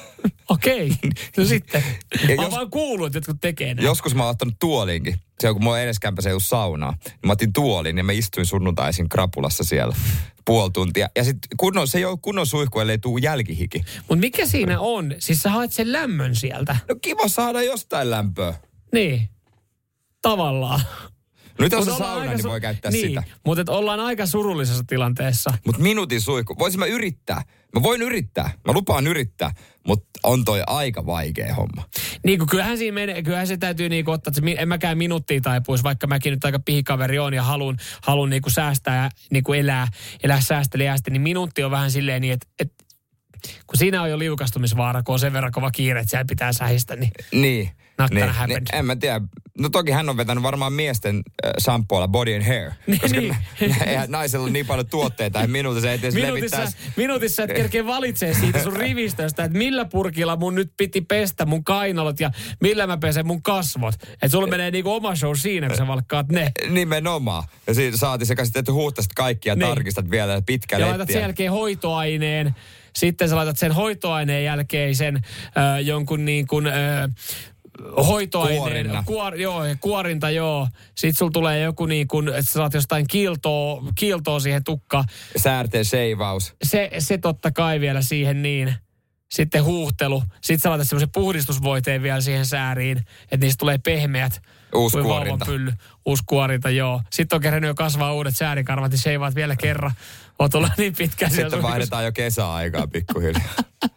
Okei, okay. No sitten. Mä oon jos, vaan kuullut, että jotkut tekee näin. Joskus mä oon ottanut tuolinkin. Se on, kun mulla edeskämpässä ei ollut saunaa. Mä otin tuolin ja mä istuin sunnuntaisin krapulassa siellä puoli tuntia. Ja sit kunnon, se ei ole kunnon suihku, ellei tuu jälkihiki. Mut mikä siinä on? Siis sä haet sen lämmön sieltä. No kiva saada jostain lämpöä. Niin. Tavallaan. No nyt on se sauna, niin su- voi käyttää niin, sitä. Mutta ollaan aika surullisessa tilanteessa. Mutta minuutin suihku. Voisin mä yrittää. Mä voin yrittää. Mä lupaan yrittää. Mutta on toi aika vaikea homma. Niin kuin kyllähän siinä menee, kyllähän se täytyy niinku ottaa, että se, en mäkään minuuttia taipuisi, vaikka mäkin nyt aika pihikaveri on ja halun, halun niinku säästää ja niinku elää, elää säästeliäästi, niin minuutti on vähän silleen niin, että et, kun siinä on jo liukastumisvaara, kun on sen verran kova kiire, että siellä pitää sähistä, niin... Niin. Niin, niin, en mä tiedä. No toki hän on vetänyt varmaan miesten äh, shampoolla Body and Hair. Niin, koska niin. eihän naisella ole niin paljon tuotteita, että minuutissa ei edes minuutissa, levittäisi. Minuutissa et kerkeä valitsee siitä sun rivistöstä, että millä purkilla mun nyt piti pestä mun kainalot ja millä mä pesen mun kasvot. Että sulla menee niinku oma show siinä, kun sä valkkaat ne. Nimenomaan. Ja siitä saatiin sekä sitten, että huuhtasit kaikki ja niin. Tarkistat vielä pitkä ja letti. Ja laitat sen jälkeen hoitoaineen. Sitten sä laitat sen hoitoaineen jälkeen sen äh, jonkun niin kuin... Äh, hoitoaineen. Kuorinna. Kuor, joo, kuorinta, joo. Sitten sulla tulee joku niin kuin, että sä saat jostain kiiltoa, kiiltoa siihen tukkaan. Säärteen seivaus. Se, se totta kai vielä siihen niin. Sitten huuhtelu. Sitten sä laitat semmoisen puhdistusvoiteen vielä siihen sääriin, että niistä tulee pehmeät. Uusi kuorinta. Pylly. Uusi kuorinta, joo. Sitten on kerännyt jo kasvaa uudet säärikarvat, niin seivaat vielä kerran. Oot olla niin pitkään. Sitten vaihdetaan jo kesäaikaa pikkuhiljaa.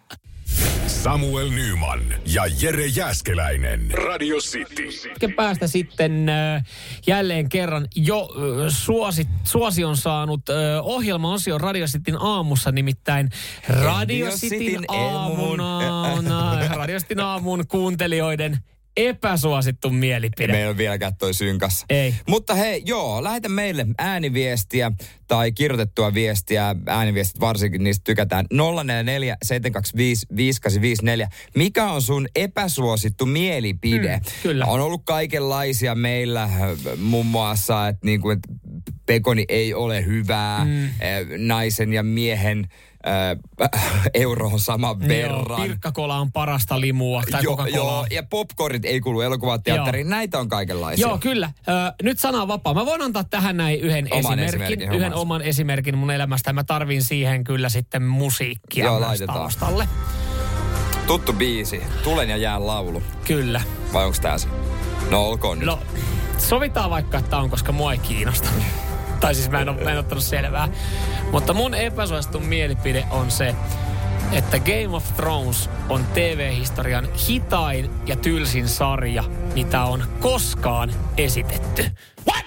Samuel Nyman ja Jere Jääskeläinen. Radio City. Hetken päästä sitten äh, jälleen kerran jo äh, suosi, suosion saanut äh, ohjelma-osio Radio Cityn aamussa, nimittäin Radio Cityn aamun, Radio Cityn aamun kuuntelijoiden epäsuosittu mielipide. Meillä on vieläkään toi synkässä. Ei. Mutta hei, joo, lähetä meille ääniviestiä tai kirjoitettua viestiä. Ääniviestit varsinkin, niistä tykätään. nolla neljä neljä seitsemän kaksi viisi viisi kahdeksan viisi neljä. Mikä on sun epäsuosittu mielipide? Mm, kyllä. On ollut kaikenlaisia meillä, muun muassa, että niinku, et pekoni ei ole hyvää, mm. naisen ja miehen Äh, euro on saman verran. Joo, Pirkkakola on parasta limua tai joo, Coca-Colaa. Joo, ja popcornit ei kuulu elokuvateatteriin. Näitä on kaikenlaisia. Joo, kyllä. Ö, nyt sana on vapaa. Mä voin antaa tähän näin yhden oman esimerkin. esimerkin yhden oman esimerkin mun elämästä. Mä tarvin siihen kyllä sitten musiikkia joo, myös laitetaan taustalle. Tuttu biisi. Tulen ja jään laulu. Kyllä. Vai onks tää se? No olkoon nyt. No, sovitaan vaikka, että on, koska mua ei kiinnosta. Tai siis mä en, ole, mä en ottanut selvää. Mutta mun epäsuosittu mielipide on se, että Game of Thrones on T V-historian hitain ja tylsin sarja, mitä on koskaan esitetty. What?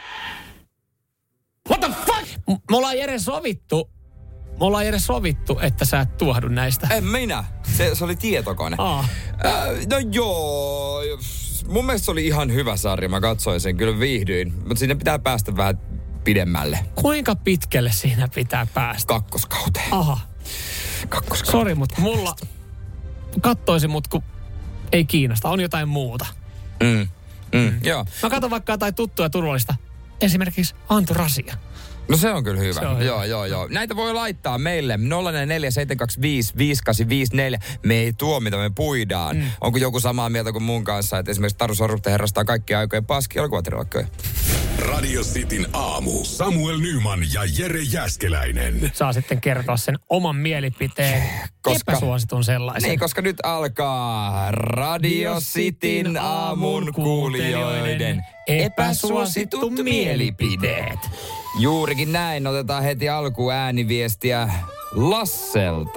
What the fuck? M- me ollaan Jere sovittu, me ollaan Jere sovittu, että sä et tuohdu näistä. En minä. Se, se oli tietokone. Aa. Äh, no joo. Mun mielestä se oli ihan hyvä sarja. Mä katsoin sen, kyllä viihdyin. Mutta sinne pitää päästä vähän pidemmälle. Kuinka pitkälle siinä pitää päästä? Kakkoskauteen. Aha. Kakkoskauteen. Sori, mutta mulla kattoisin, mut kun ei kiinnosta. On jotain muuta. Mm. Mm. Mm. Joo. Mä katson vaikka jotain tuttua ja turvallista. Esimerkiksi Anturasia. No se on kyllä hyvä. Se on hyvä. Joo, joo, joo. Näitä voi laittaa meille nolla neljä seitsemän kaksi viisi viisi kahdeksan viisi neljä. Me ei tuomita, me puidaan. Mm. Onko joku samaa mieltä kuin mun kanssa, että esimerkiksi Taru Sorrupte herrastaa kaikkia aikojen paski elokuvatrilogia? Radio Cityn aamu. Samuel Nyman ja Jere Jääskeläinen. Saa sitten kertoa sen oman mielipiteen, koska, epäsuositun sellaisen. Niin, koska nyt alkaa Radio Cityn aamun kuulijoiden epäsuositut mielipiteet. Juurikin näin. Otetaan heti alkuun ääniviestiä Lasselta.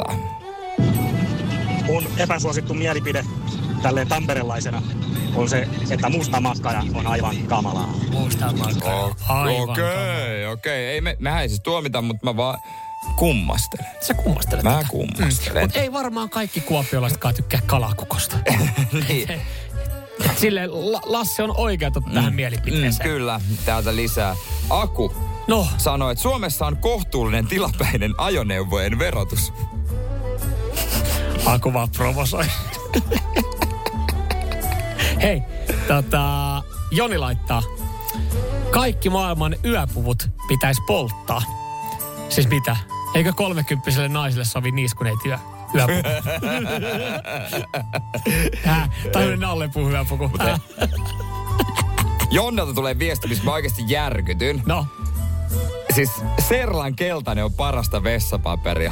Mun epäsuosittu mielipide tälleen tamperelaisena on se, että musta makkara on aivan kamalaa. Musta makkara on aivan Okei, okei. Okay, okay. Ei me, mehän ei siis tuomita, mutta mä vaan kummastelen. Sä kummastelet Mä tätä. kummastelen. Mm. Mutta ei varmaan kaikki kuopiolaisetkaan tykkää kalakukosta. Niin. Silleen Lasse on oikeutettu mm. tähän mielipiteeseen. Mm, kyllä, täältä lisää. Aku no. sanoi, että Suomessa on kohtuullinen tilapäinen ajoneuvojen verotus. Aku vaan provosoi. Hei, tota, Joni laittaa. Kaikki maailman yöpuvut pitäisi polttaa. Siis mitä? Eikö kolmekymppiselle naiselle sovi niiskuneet yö? Yöpuku. Hää, tai nallepuhu yöpuku. Jonnelta tulee viesti, missä mä oikeasti järkytyn. No. Siis Serlan keltainen on parasta vessapaperia.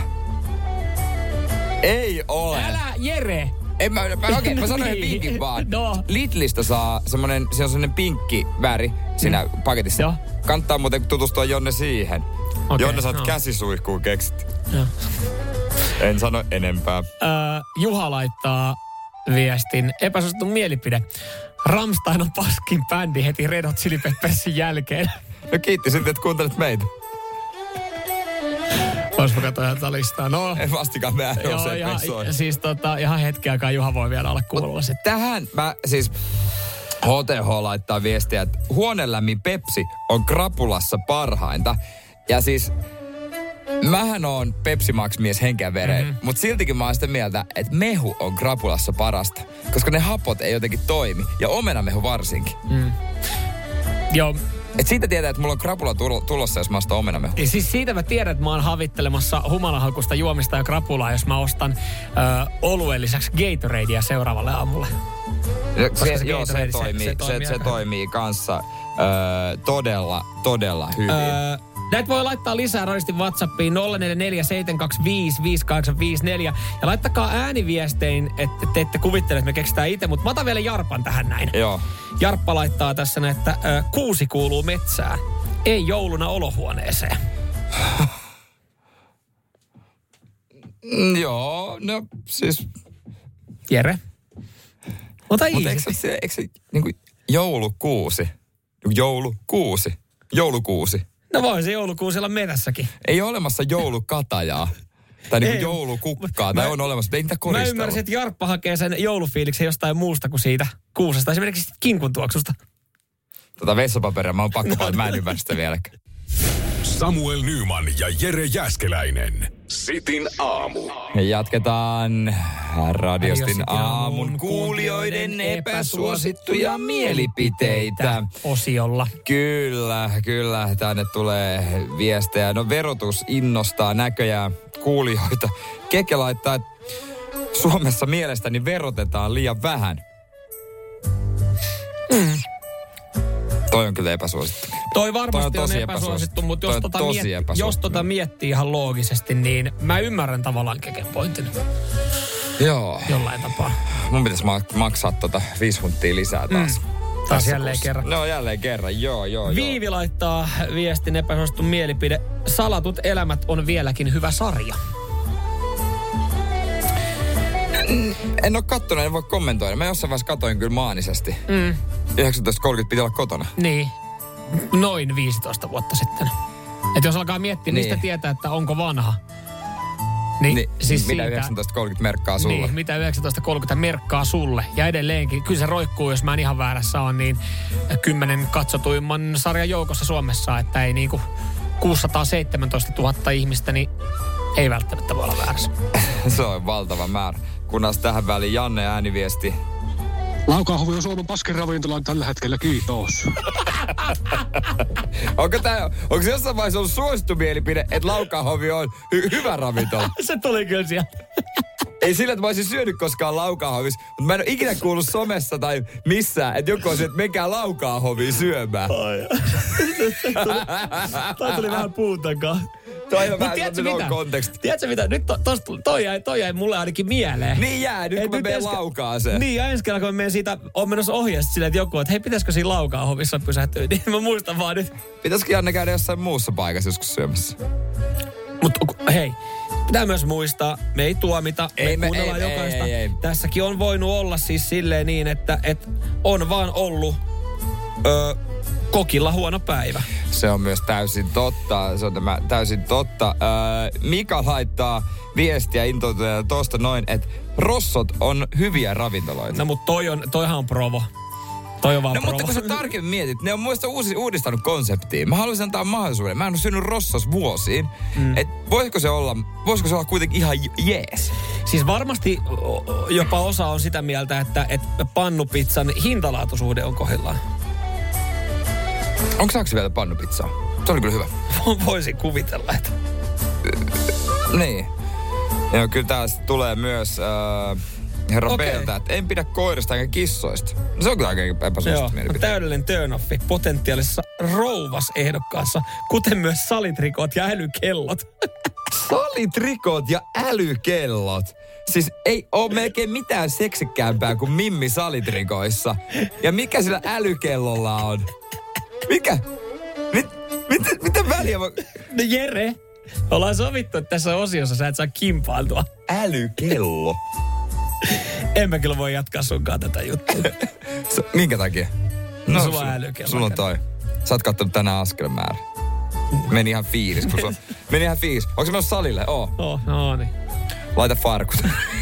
Ei ole. Älä Jere. En mä, mä, okei, mä sanon yhden vinkin vaan. No. Lidlistä saa semmonen, se on semmonen pinkki väri siinä mm. paketissa. Joo. Kannattaa muuten tutustua Jonne siihen. Okay, Jonne, sä oot no. käsisuihkuun keksit. Joo. En sano enempää. Öö, Juha laittaa viestin. Epäsuosittu mielipide. Rammstein on paskin bändi heti Red Hot Chili Peppersin jälkeen. No kiitti sitten, että kuuntelet meitä. Voisiko katsoa ihan tätä listaa? No. En vastikaan mä en Joo, ole ihan, soi. siis tota, ihan hetki aikaa Juha voi vielä olla kuulolla sitten. Tähän mä siis H T H laittaa viestiä, että huonelämmin Pepsi on krapulassa parhainta. Ja siis mähän oon Pepsi Max-mies henkeä vereen, mm-hmm. mutta siltikin mä oon sitä mieltä, että mehu on krapulassa parasta. Koska ne hapot ei jotenkin toimi. Ja omenamehu varsinkin. Mm. Joo. Et siitä tietää, että mulla on krapula tulossa, jos mä ostan omenamehu. Siis siitä mä tiedän, että mä oon havittelemassa humalahakusta juomista ja krapulaa, jos mä ostan ö, oluen lisäksi Gatoradea seuraavalle aamulle. Se, se, joo, se toimii, se, se, toimii, se, se toimii kanssa ö, todella, todella hyvin. Öö, näitä voi laittaa lisää radistin WhatsAppiin nolla neljä neljä seitsemän kaksi viisi viisi kahdeksan viisi neljä. Ja laittakaa ääniviestein, että te ette kuvittele, että me keksitään itse, mutta mä otan vielä Jarpan tähän näin. Joo. Jarppa laittaa tässä näin, että ö, kuusi kuuluu metsään, ei jouluna olohuoneeseen. mm, joo, no siis... Jere? Ota Mutta eikö se, eikö se niin kuin joulukuusi? Joulukuusi. Joulukuusi. No voi se joulukuusi olla metässäkin. Ei ole olemassa joulukatajaa. Tai niinku joulukukkaa, mä, tai on olemassa, mutta ei niitä koristella. Mä ymmärsin, että Jarppa hakee sen joulufiiliksen jostain muusta kuin siitä kuusesta. Esimerkiksi kinkun tuoksusta. Tota vessapaperia, mä oon pakko paljon, mä en ymmärrä sitä vieläkään. Samuel Nyman ja Jere Jääskeläinen. Sitin aamu. Jatketaan Radiostin aamun kuulijoiden epäsuosittuja mielipiteitä. Osiolla. Kyllä, kyllä. Tänne tulee viestejä. No verotus innostaa näköjään kuulijoita. Keke laittaa, että Suomessa mielestäni verotetaan liian vähän. Mm. Toi on kyllä epäsuosittu. Toi varmasti Toi on, on epäsuosittu, mutta jos, tota, miet, jos tota miettii ihan loogisesti, niin mä ymmärrän tavallaan Keken pointin. Joo. Jollain tapaa. Mun pitäisi maksaa tota viisi hunttia lisää taas. Mm. Taas jälleen kerran. No jälleen kerran, joo, joo, Viivi joo. laittaa viestin epäsuosittu mielipide. Salatut elämät on vieläkin hyvä sarja. En oo kattonut, en voi kommentoida. Mä jossain vaiheessa katoin kyllä maanisesti. Mm. yhdeksäntoista kolmekymmentä piti olla kotona. Niin. Noin viisitoista vuotta sitten. Että jos alkaa miettiä, niin mistä tietää, että onko vanha. Niin, niin siis mitä siitä, yhdeksäntoista kolmekymmentä merkkaa sulle? Niin, mitä yhdeksäntoista kolmekymmentä merkkaa sulle. Ja edelleenkin, kyllä se roikkuu, jos mä en ihan väärässä on, niin kymmenen katsotuimman sarjan joukossa Suomessa, että ei niinku kuusisataaseitsemäntoistatuhatta ihmistä, niin ei välttämättä voi olla väärässä. Se on valtava määrä. Kunnes tähän väliin Janne ääniviesti. Laukahovi on Suomen paskin ravintola tällä hetkellä, kiitos. onko, tää, onko se jossain vaiheessa ollut suosittu mielipide, että Laukahovi on hy- hyvä ravintola? Se tuli kyllä sieltä. Ei sillä, että mä olisin syönyt koskaan Laukahovissa, mutta mä en ole ikinä kuullut somessa tai missään, että joku on se, että menkää Laukahoviin syömään. Toi tuli vähän puun takaa. Toi on vähän sellainen konteksti. Tiedätkö mitä? Nyt to, tosta, toi, jäi, toi jäi mulle ainakin mieleen. Niin jää, nyt kun mä menen Laukaaseen. Niin, ja ensi kerralla kun mä menen siitä, on menossa ohjeesta silleen, että joku, että hei, pitäisikö siinä Laukahovissa pysähtyä? Niin mä muistan vaan nyt. Pitäisikö Janne käydä jossain muussa paikassa joskus syömässä? Mutta hei, pitää myös muistaa, me ei tuomita, me, ei, me kuunnellaan ei, jokaista. Ei, ei, ei. Tässäkin on voinut olla siis silleen niin, että et on vaan ollut ö, kokilla huono päivä. Se on myös täysin totta. Se on tämä täysin totta. Öö, Mika laittaa viestiä intoutuneena tuosta noin, että rossot on hyviä ravintoloita. No mutta toi on, toihan on provo. Toi on vaan no provo. mutta kun sä tarkemmin mietit, ne on muista uusi, uudistanut konseptiin. Mä haluaisin antaa mahdollisuuden. Mä en ole syönyt rossos vuosiin. Mm. Et voisiko se olla, voisiko se olla kuitenkin ihan jees? Siis varmasti jopa osa on sitä mieltä, että, että pannupizzan hintalaatuisuhde on kohdillaan. Onko saako vielä pannupizzaa? Se oli kyllä hyvä. Voisin kuvitella, että... Niin. Ja kyllä tää tulee myös äh, herra okay. B:ltä, että en pidä koirista eikä kissoista. Se on kyllä aika epäsuosittu mielipide. Täydellinen turn-offi potentiaalisessa rouvasehdokkaassa, kuten myös salitrikot ja älykellot. Salitrikot ja älykellot. Siis ei oo melkein mitään seksikkäämpää kuin Mimmi salitrikoissa. Ja mikä sillä älykellolla on? Mikä? Mit, mit, mitä väliä? Mä... No Jere, ollaan sovittu, että tässä osiossa sä et saa kimpaantua. Älykello. En mä kyllä voi jatkaa sunkaan tätä juttua. Minkä takia? No, no sulla on älykello. Sulla on toi. Sä oot kattonut tänään askelmäärä. Meni ihan fiilis, kun sun... Meni ihan fiilis. Onko se menossa salille? Oo. Oh, no niin. Laita farkut.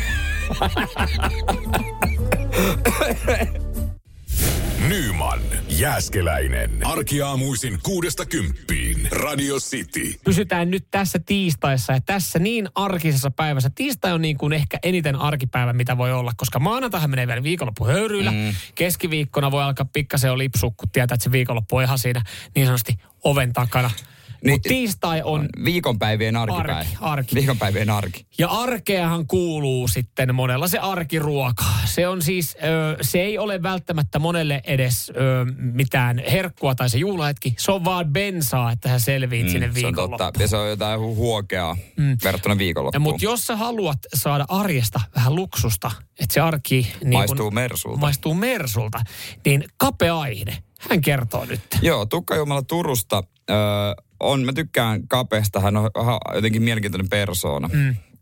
Nyman, Jääskeläinen. Arkiaamuisin kuudesta kymppiin. Radio City. Pysytään nyt tässä tiistaissa ja tässä niin arkisessa päivässä. Tiistai on niin kuin ehkä eniten arkipäivä, mitä voi olla, koska maanantaihan menee vielä viikonloppu höyryillä. Mm. Keskiviikkona voi alkaa pikkasen jo lipsua, kun tietää, että se viikonloppu on ihan siinä niin sanotusti oven takana. Niin, mutta tiistai on... Viikonpäivien arkipäivä. Arki, arki. Viikonpäivien arki. Ja arkeahan kuuluu sitten monella se arkiruoka. Se on siis, ö, se ei ole välttämättä monelle edes ö, mitään herkkua tai se juhlahetki. Se on vaan bensaa, että sä selviit mm, sinne viikonloppuun. Se on totta. Ja se on jotain huokeaa mm. verrattuna viikonloppuun. Mutta jos sä haluat saada arjesta vähän luksusta, että se arki... Niin maistuu kun, mersulta. Maistuu mersulta. Niin Kapea Aihne, hän kertoo nyt. Joo, Tukka Jumala Turusta... Öö, on, mä tykkään Kapeesta, hän on jotenkin mielenkiintoinen persoona. Mm.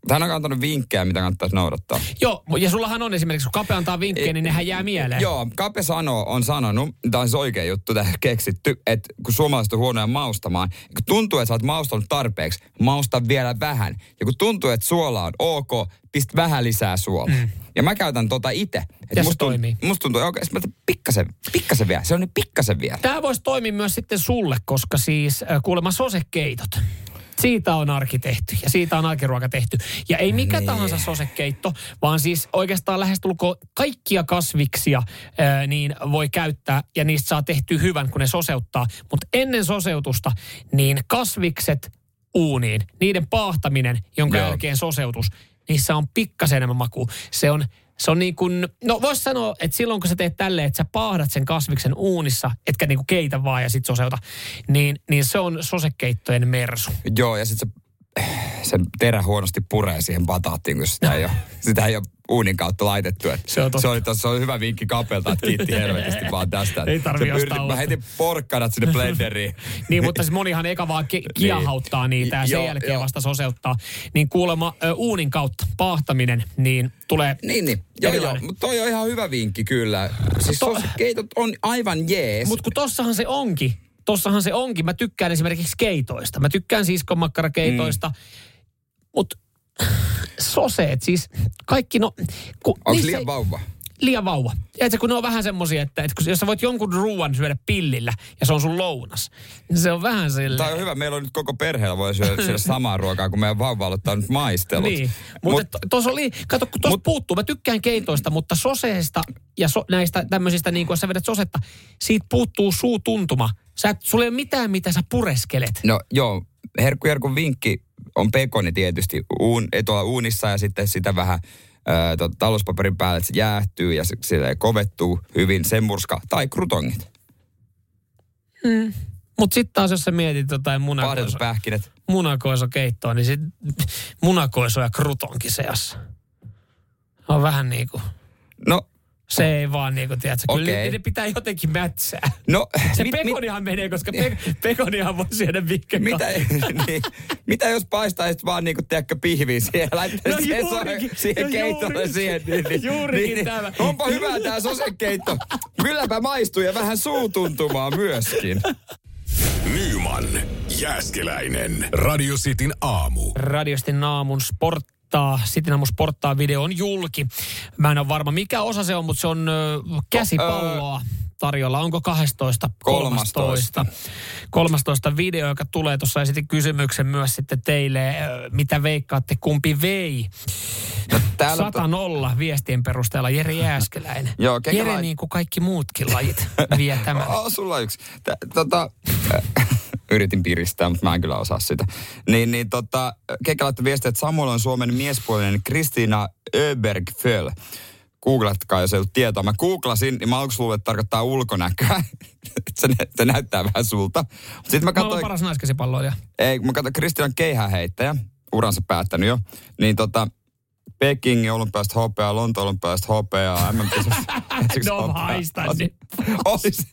Hän on antanut vinkkejä, mitä kannattaisi noudattaa. Joo, ja sullahan on esimerkiksi, kun Kape antaa vinkkejä, niin nehän jää mieleen. Joo, Kape sanoo, on sanonut, tämä on siis oikea juttu, tämä keksitty, että kun suomalaiset on huonoja maustamaan, kun tuntuu, että sä oot maustanut tarpeeksi, mausta vielä vähän. Ja kun tuntuu, että suola on ok, pist vähän lisää suolaa. Mm. Ja mä käytän tota itse. Ja se toimii. Musta tuntuu, okei, okay, pikkasen, pikkasen vielä. Se on niin pikkasen vielä. Tämä voisi toimia myös sitten sulle, koska siis äh, kuulemma sosekeitot. Siitä on arki tehty ja siitä on arkiruoka tehty. Ja ei mikä nee. tahansa sosekeitto, vaan siis oikeastaan lähestulkoon kaikkia kasviksia ää, niin voi käyttää ja niistä saa tehtyä hyvän, kun ne soseuttaa. Mutta ennen soseutusta, niin kasvikset uuniin, niiden paahtaminen, jonka Joo. jälkeen soseutus, niissä on pikkasen enemmän makua. Se on... Se on niin kuin, no vois sanoa, että silloin kun sä teet tälleen, että sä paahdat sen kasviksen uunissa, etkä niin kuin keitä vaan ja sit soseuta, niin, niin se on sosekeittojen mersu. Joo, ja sit se, se terä huonosti puree siihen bataattiin, kun sitä ei ole, sitä ei ole uunin kautta laitettu. Se on, se oli, se oli hyvä vinkki Kapelta, että kiitti helvetisti vaan tästä. Ei tarvitse ostaa Mä heitin porkkanat sinne blenderiin. Niin, mutta siis monihan eka vaan ki- kiehauttaa niitä ja sen joo, jälkeen jo. vasta soseuttaa. Niin kuulemma ö, uunin kautta paahtaminen, niin tulee... Niin, niin. Joo, joo, mutta toi on ihan hyvä vinkki kyllä. Siis to... sosekeitot on aivan jees. Mutta kun tossahan se onkin. Tossahan se onkin. Mä tykkään esimerkiksi keitoista. Mä tykkään siiskonmakkarakeitoista. Mm. Mutta soseet, siis kaikki no... Onko liian vauva? Liian vauva. Ja kun ne on vähän semmosia, että, että jos sä voit jonkun ruuan syödä pillillä ja se on sun lounas, niin se on vähän silleen... Tämä on hyvä. Meillä on nyt koko perheellä voi syödä, syödä samaa ruokaa, kun meidän vauva aloittaa nyt maistelut. Niin, mutta Mut, tuossa oli... Kato, kun tuossa mut, puuttuu. Mä tykkään keitoista, mutta soseesta ja so, näistä tämmöisistä, niin kuin sä vedät sosetta, siitä puuttuu suutuntuma. Sä, sulla ei ole mitään, mitä sä pureskelet. No joo, Herkku Jarkun vinkki on pekoni tietysti uun, tuolla uunissa ja sitten sitä vähän... Ö, to, talouspaperin päälle, että se jäähtyy ja se, se kovettuu hyvin, sen murska tai krutongit. Mm. Mutta sitten taas, jos sä mietit jotain munakoiso, munakoisokeittoa, niin sitten munakoiso ja krutonki seassa. On vähän niin kuin... No... Se ei vaan niin kuin, tiedätkö, okay. Kyllä ne pitää jotenkin mätsää. No, se mit, pekonihan mit, menee, koska pe, pekonihan voi syödä mitkä mitä, niin, mitä jos paistaisit vaan niin kuin, tiedätkö, pihviin siihen, laittaisi no siihen, juurikin, siihen no keitolle juurikin, siihen. Niin, niin, juurikin niin, tämä. Onpa hyvä tämä sosekeitto. Kylläpä maistuu ja vähän suutuntumaa myöskin. Nyman, Jääskeläinen, Radio Cityn aamu. Radio Cityn aamun sport. Sitin aamu sporttaa video on julki. Mä en ole varma mikä osa se on, mutta se on ö, käsipalloa tarjolla. Onko kahdestoista kolmastoista kolmastoista video, joka tulee tuossa. Esitin kysymyksen myös sitten teille, ö, mitä veikkaatte, kumpi vei? No, sata nolla viestien perusteella Jere Jääskeläinen. Joo, Jere lai... niin kuin kaikki muutkin lajit vie tämän. Oh, sulla yksi. T- tota... Yritin piristää, mutta mä en kyllä osaa sitä. Niin, niin tota, Kekkä laittoi viestiä, että Samuel on Suomen miespuolinen Kristiina Öberg-Föll. Googlatkaa, jos ei ollut tietoa. Mä googlasin, niin mä aluksi luulin, että tarkoittaa ulkonäköä. se, se näyttää vähän sulta. Sitten mä katsoin... Mä paras naiskäsipalloilija. Ei, mä katsoin Kristiinan keihäheittäjä, uransa päättänyt jo. Niin tota, Pekingin olympiasta hopeaa, Lontoon olympiasta hopeaa, M M-kisossa. No haistan nyt. Olis...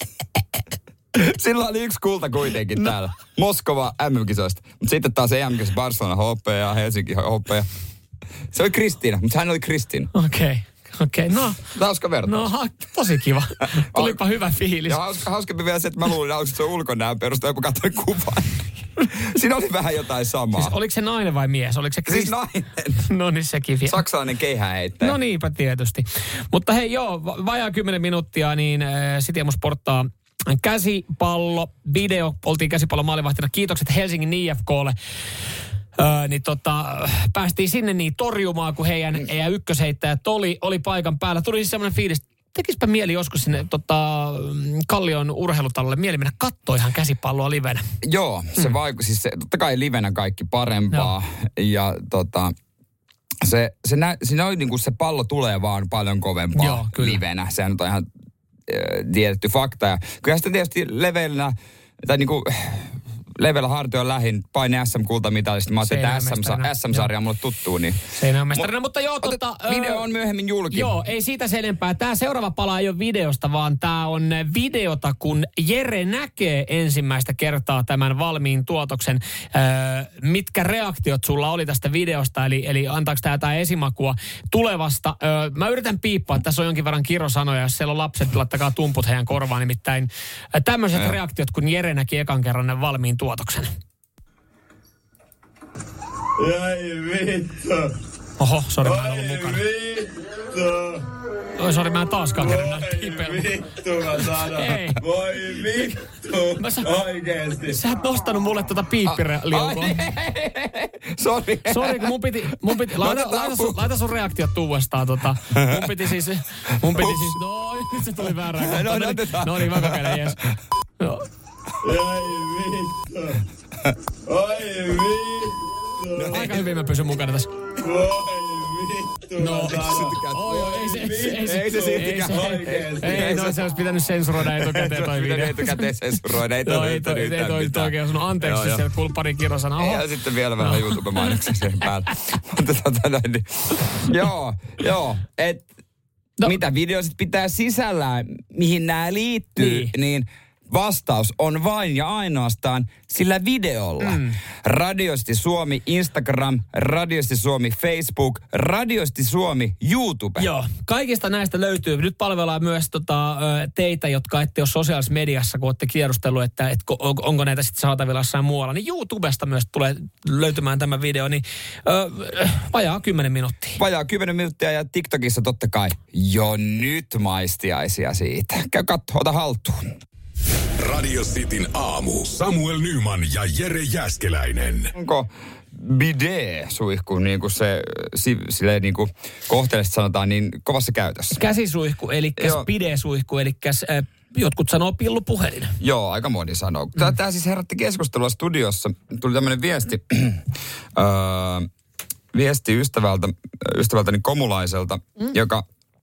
Sillä oli yksi kulta kuitenkin no. täällä. Moskova M M-kisoista. Mutta sitten taas E M-kisoissa Barcelona hopea, Helsinki hopea. Se oli Kristiina, mutta hän oli Kristiina. Okei, okay. okei. Okay. No. Hauska vertaus. No, ha, tosi kiva. Tulipa hyvä fiilis. Ja hauska, hauskempi vielä se, että mä luulin aluksi, että se on ulkonäön perusteella, kun katsoin kuvan. Siinä oli vähän jotain samaa. Siis oliko se nainen vai mies? Oliko se Krist... Siis nainen. No niin, sekin vielä. Saksalainen keihäänheittäjä. No niinpä tietysti. Mutta hei joo, vajaa kymmenen minuuttia, niin äh, City Aamu sporttaa käsipallo, video, oltiin käsipallon maalivahtina. Kiitokset Helsingin I F K:lle. Öö, niin tota, päästiin sinne niin torjumaan, kun heidän, heidän ykkösheittäjät oli, oli paikan päällä. Tuli siis semmoinen fiilis, tekispä mieli joskus sinne tota, Kallion urheilutalolle mieli mennä kattoo ihan käsipalloa livenä. Joo, se mm. vaiku, siis se, totta kai livenä kaikki parempaa. No. Ja tota, se, se nä, siinä oli niin kuin se pallo tulee vaan paljon kovempaa Joo, livenä. Sehän on ihan tiedetty fakta. Ja kyllä sitä tietysti leveillä, tai niinku leveällä hartioilla lähin, paini S M-kultamitalista. Mä ajattelin, että S M-sarja on mulle tuttuu. Niin. Seinäjoen mutta joo, tota, video on myöhemmin julki. Joo, ei siitä sen enempää. Tämä seuraava pala ei ole videosta, vaan tämä on videota, kun Jere näkee ensimmäistä kertaa tämän valmiin tuotoksen. Öö, mitkä reaktiot sulla oli tästä videosta, eli, eli antaako tämä jotain esimakua tulevasta? Öö, mä yritän piippaa, tässä on jonkin verran kirosanoja, jos siellä on lapset, laittakaa tumput heidän korvaan, nimittäin tämmöiset öö. reaktiot, kun Jere näki ekan kerran valmiin tuotoksen. Ei vittu. Oho, sori, mä en ollut mukana. Vittu. Oi, sori, mä en taaskaan kerran näitä piipelua. Vittu, mä sanon. Ei. Voi vittu. Mä sa- Oikeesti. Sä et nostanut mulle tota piippireliukua. Sori. Sori, kun mun piti... Mun piti laita, laita, sun, laita sun reaktiot uudestaan. Tota. Mun piti siis... Mun piti siis... No, nyt se tuli väärään kohtaan. No, no, otetaan. No niin, mä kokeilen, jes. No. Ei vittu. Oi vittu. No, aika hyvin mä pysyn mukana tässä. Voi vittu. No, oi, oi, ei se, ei se, ei se siltikään. Ei, no se olisi pitänyt sensuroida etukäteen toi video. Etukäteen sensuroida, ei toi nyt yhtään mitään. Ei toi nyt oikein osunut anteeksi, siellä kuului pari kirosana. Ja sitten vielä vähän YouTube-mainoksia siihen päälle. Mutta tota noin, niin. Joo, joo, et mitä video sit pitää sisällään, mihin nämä liittyy, niin vastaus on vain ja ainoastaan sillä videolla. Mm. Radiosti Suomi Instagram, Radiosti Suomi Facebook, Radiosti Suomi YouTube. Joo, kaikista näistä löytyy. Nyt palvellaan myös tota, teitä, jotka ette ole sosiaalisessa mediassa, kun olette kierrustellut, että et, onko näitä sitten saatavilla jossain muualla. Niin YouTubesta myös tulee löytymään tämä video, niin ö, vajaa kymmenen minuuttia. Vajaa kymmenen minuuttia ja TikTokissa totta kai jo nyt maistiaisia siitä. Käy katso, ota haltuun. Radio Cityn aamu. Samuel Nyman ja Jere Jääskeläinen. Onko bidet-suihku, niin kuin se silleen niin kuin kohteellisesti sanotaan, niin kovassa käytössä? Käsisuihku, eli bidet-suihku, eli äh, jotkut sanoo pillupuhelin. Joo, aika moni sanoo. Tämä, mm. tämä siis herätti keskustelua studiossa. Tuli tämmöinen viesti, öö, viesti ystävältä, ystävältäni Komulaiselta, mm. joka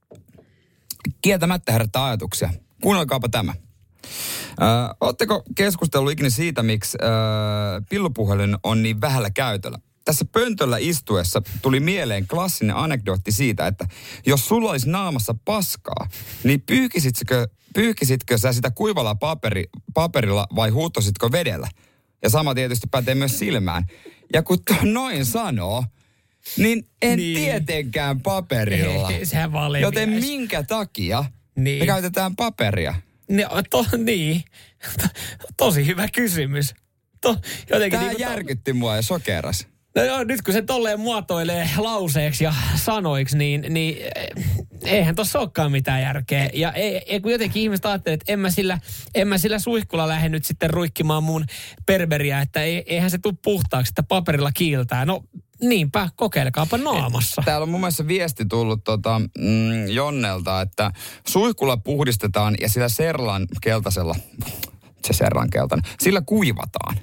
kieltämättä herättää ajatuksia. Kuunnelkaapa tämä. Äh, Oletteko keskustellut ikinä siitä, miksi äh, pillupuhelin on niin vähällä käytöllä? Tässä pöntöllä istuessa tuli mieleen klassinen anekdootti siitä, että jos sulla olisi naamassa paskaa, niin pyyhkisitkö, pyyhkisitkö sä sitä kuivalla paperi, paperilla vai huuhtositko vedellä? Ja sama tietysti pätee myös silmään. Ja kun noin sanoo, niin en niin. tietenkään paperilla. Ei, sehän vaan joten minkä takia niin. me käytetään paperia? No, to, niin. Tosi hyvä kysymys. To, jotenkin Tämä niin, järkytti to... mua ja sokeras. No joo, nyt kun se tolleen muotoilee lauseeksi ja sanoiksi, niin, niin eihän tossa olekaan mitään järkeä. Ja ei, ei, kun jotenkin ihmiset ajattelee, että en mä sillä, en mä sillä suihkulla lähde nyt sitten ruikkimaan mun berberiä, että ei, eihän se tule puhtaaksi, että paperilla kiiltää. No niinpä, kokeilkaapa naamassa. Täällä on mun mielestä viesti tullut tota, mm, Jonnelta, että suihkulla puhdistetaan ja sillä serlan keltaisella, se serlan keltainen, sillä kuivataan.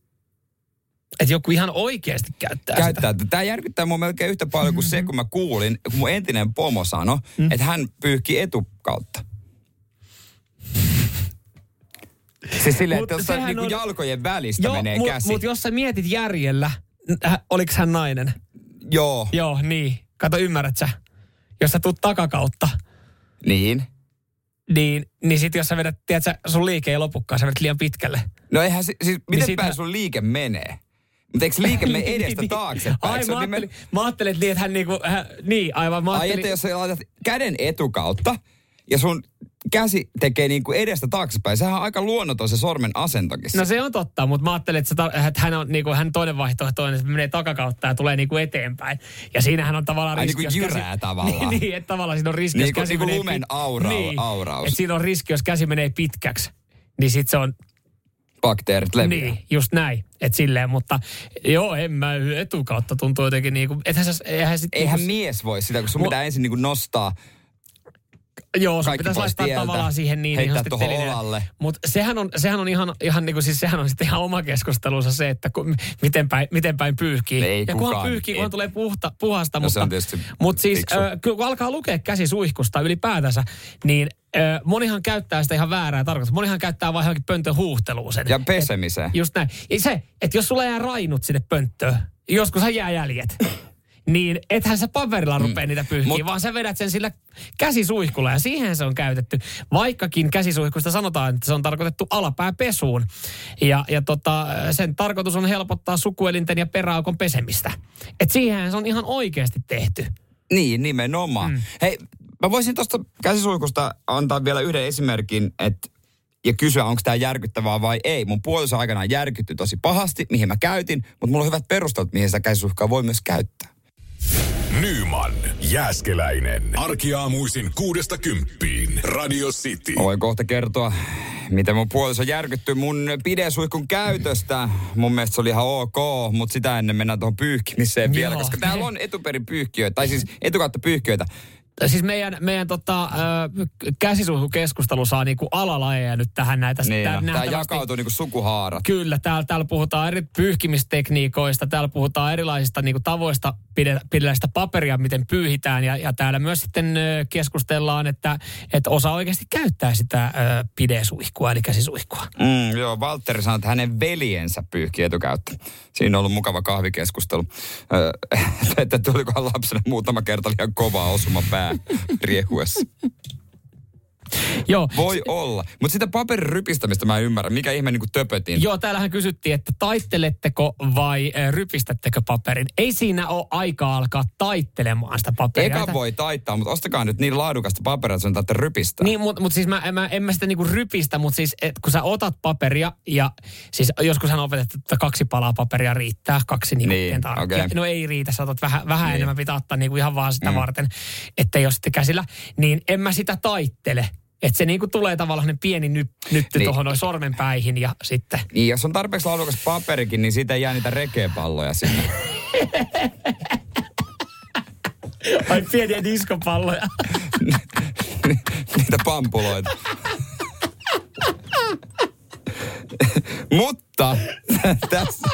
Että joku ihan oikeasti käyttää, käyttää sitä. Tämä järkyttää mua melkein yhtä paljon kuin se, kun mä kuulin, kun mun entinen pomo sanoi, mm. että hän pyyhki etukautta. Siis silleen, että jossain niin kuin on... jalkojen välistä joo, menee mut, käsi. Mutta jos sä mietit järjellä, äh, oliko hän nainen? Joo. Joo, niin. Kato, ymmärrät sä? Jos sä tuut takakautta. Niin. Niin, niin sit jos sä vedät, tiedätkö, sun liike ei lopukkaan, sä vedät liian pitkälle. No eihän, siis miten niin päin sun liike menee? Mutta eikö liike mene edestä taaksepäin? Ai, mä ajattelin, mä ajattelin, että niin, että hän niinku, hän, niin, aivan mä ajattelin. Ai, että jos sä laitat käden etukautta ja sun käsi tekee niinku edestä taaksepäin, sehän on aika luonnoton se sormen asentokin. No se on totta, mutta mä ajattelin, että, tar- että hän on niinku, hän toinen vaihtoehto on, että menee takakautta ja tulee niinku eteenpäin. Ja siinähän on tavallaan ai, riski, niin kuin jyrää käsi... tavallaan. niin, että tavallaan siinä on riski, niin, jos käsi niin kuin menee... lumen aura, niin, auraus. että siinä on riski, jos käsi menee pitkäksi, niin sit se on... bakteerit leviää. Niin, just näin. Että silleen, mutta joo, en mä etukautta tuntuu jotenkin niinku... Eihän, se, eihän, sit eihän niinku, mies voi sitä, kun sun mu- pitää ensin niinku nostaa Joo, se pitäisi laittaa tieltä, tavallaan siihen niin heittää tuohon olalle. Mutta sehän on, sehän on ihan, ihan niin kuin siis sehän on sitten ihan oma keskustelunsa se, että kun, miten, päin, miten päin pyyhkii. Ei ja kukaan, kunhan pyyhkii, kunhan tulee puhta, puhasta. No, mutta mut siis äh, kun alkaa lukea käsisuihkusta ylipäätänsä, niin äh, monihan käyttää sitä ihan väärää tarkoitusta. Monihan käyttää vain johonkin pöntön huuhteluun sen. Ja pesemiseen. Et, just näin. Ja se, että jos sulla jää rainut sinne pönttöön, joskus jää jäljet. Niin ethän sä paperilla rupea mm. niitä pyyhkiä, Mut, vaan sä vedät sen sillä käsisuihkulla ja siihen se on käytetty. Vaikkakin käsisuihkusta sanotaan, että se on tarkoitettu alapääpesuun. Ja, ja tota, sen tarkoitus on helpottaa sukuelinten ja peräaukon pesemistä. Et siihen se on ihan oikeasti tehty. Niin, nimenomaan. Mm. Hei, mä voisin tuosta käsisuihkusta antaa vielä yhden esimerkin, että ja kysyä, onko tämä järkyttävää vai ei. Mun puoliso aikanaan järkyttyi tosi pahasti, mihin mä käytin, mutta mulla on hyvät perustelut, mihin sitä käsisuihkaa voi myös käyttää. Nyman, Jääskeläinen. Arkiaamuisin kuudesta kymppiin. Radio City. Voin kohta kertoa, miten mun puoliso järkyttyi mun pidesuihkun käytöstä. Mun mielestä se oli ihan ok, mutta sitä ennen mennään tuohon pyyhkimiseen Joo. vielä. Koska täällä on etuperin pyyhkiöitä, tai siis etukautta pyyhkiöitä. Siis meidän, meidän tota, äh, käsisuihkukeskustelu saa niinku alalajeja nyt tähän näitä. Niin, no, tämä jakautuu niinku sukuhaarat. Kyllä, täällä, täällä puhutaan eri pyyhkimistekniikoista, täällä puhutaan erilaisista niinku tavoista pidellä sitä paperia, miten pyyhitään. Ja, ja täällä myös sitten äh, keskustellaan, että, että osa oikeasti käyttää sitä äh, pidesuihkua, eli käsisuihkua. Mm, joo, Valtteri sanoi, että hänen veljensä pyyhki etukäyttä. Siinä on ollut mukava kahvikeskustelu. Äh, että tulikohan lapsena muutama kerta liian kovaa osuma päähän. Riehuessa. Joo. Voi olla. Mutta sitä paperin rypistämistä mä en ymmärrä. Mikä ihme niin kuin töpötin? Joo, täällähän kysyttiin, että taitteletteko vai äh, rypistättekö paperin. Ei siinä ole aikaa alkaa taittelemaan sitä paperia. Eka voi taittaa, mutta ostakaa nyt niin laadukasta paperia, että sen taitte rypistää. Niin, mutta mut siis mä, mä, en mä sitä niinku rypistä, mutta siis et, kun sä otat paperia ja siis joskushan on opetettu, että kaksi palaa paperia riittää, kaksi niinku niin, okay. No ei riitä, sä otat vähän, vähän niin. enemmän, pitää ottaa niinku ihan vaan sitä mm. varten, ettei ole sitten käsillä. Niin en mä sitä taittele. Että se niinku tulee tavallaan ne pieni ny, nytty niin. tuohon noin sormenpäihin ja sitten. Niin, jos on tarpeeksi laadukas paperikin, niin siitä ei jää niitä rekeapalloja sinne. Ai pieniä diskopalloja. Niitä pampuloita. Mutta tässä,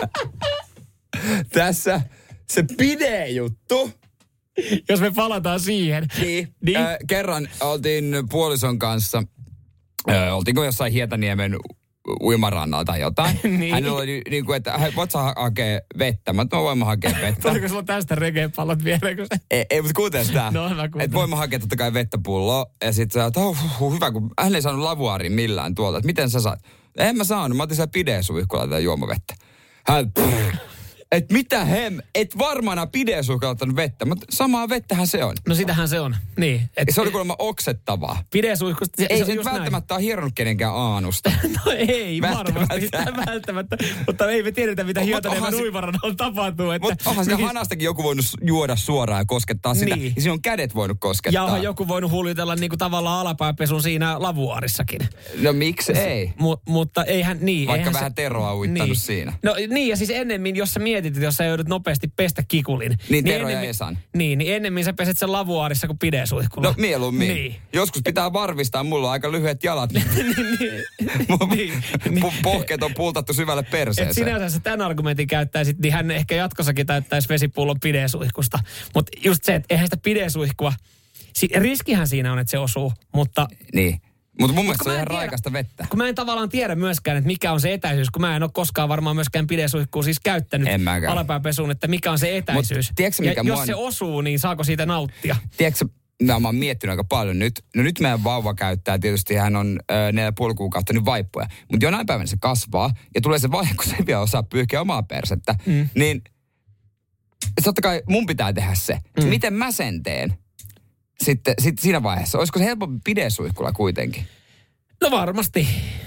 tässä se pide-juttu. Jos me palataan siihen. Niin. niin. Äh, kerran oltiin puolison kanssa, äh, oltiinko jossain Hietaniemen uimarannalla tai jotain. niin. Hänellä oli niin kuin, että voit sä hakea vettä? Mä voin mä hakea vettä. Tuliko sulla tästä regepallot vieläkö se? Ei, ei mutta kuuntele sitä. No, mä että voin mä hakea totta kai vettäpulloa. Ja sit sä oot, oh, huh, hyvä, kun hän ei saanut lavuaariin millään tuolta. Että miten sä saat? En mä saanut, mä otin siellä pidesuihkulla tätä juomavettä. Hän... Et mitä hem, et varmana pidesuihkulla ottanut vettä, mutta samaa vettähän se on. No sitähän se on, niin. Et se oli kuulemma oksettavaa. Pidesuihkusta. Se, ei se se nyt välttämättä ole hieronut kenenkään aanusta. No ei varmasti, välttämättä. Mutta ei me tiedetä, mitä Hietaniemen uimarannalla tapahtuu. Mutta onhan sitä hanastakin joku voinut juoda suoraan ja koskettaa sitä. Niin. Ja siinä on kädet voinut koskettaa. Ja onhan joku voinut huljutella niinku tavallaan alapääpesun siinä lavuaarissakin. No miksi ei? Mut, mutta eihän niin. Vaikka eihän vähän se, teroa uittanut niin. siinä. No niin ja siis ennemmin, jos sä mietit, että jos sä joudut nopeasti pestä kikulin. Niin, niin Tero ennemmin, ja Esan. Niin, niin ennemmin sä peset sen lavuaarissa kuin pidesuihkulla. No mieluummin. Niin. Joskus pitää varmistaa, mulla on aika lyhyet jalat. niin, niin, niin. Pohkeet on pultattu syvälle perseeseen. Et sinänsä sä tämän argumentin käyttäisit, niin hän ehkä jatkossakin täyttäisi vesipullon pidesuihkusta. Mutta just se, että eihän sitä pidesuihkua, riskihän siinä on, että se osuu, mutta... Niin. Mutta mun mielestä se on ihan tiedä, raikasta vettä. Kun mä en tavallaan tiedä myöskään, että mikä on se etäisyys, kun mä en ole koskaan varmaan myöskään pidesuihkua siis käyttänyt alapääpesuun, että mikä on se etäisyys. Mut, tiedätkö, mikä ja jos on... se osuu, niin saako siitä nauttia? Tiedätkö, mä oon miettinyt aika paljon nyt. No nyt meidän vauva käyttää, tietysti hän on äh, neljä ja puoli kuukautta nyt vaippoja. Mutta jonain päivänä se kasvaa ja tulee se vaihe, kun se ei vielä osaa pyyhkiä omaa persettä. Mm. Niin totta kai mun pitää tehdä se. Mm. Miten mä sen teen? Sitten sit siinä vaiheessa. Olisiko se helpompi pidesuihkulla kuitenkin? No varmasti.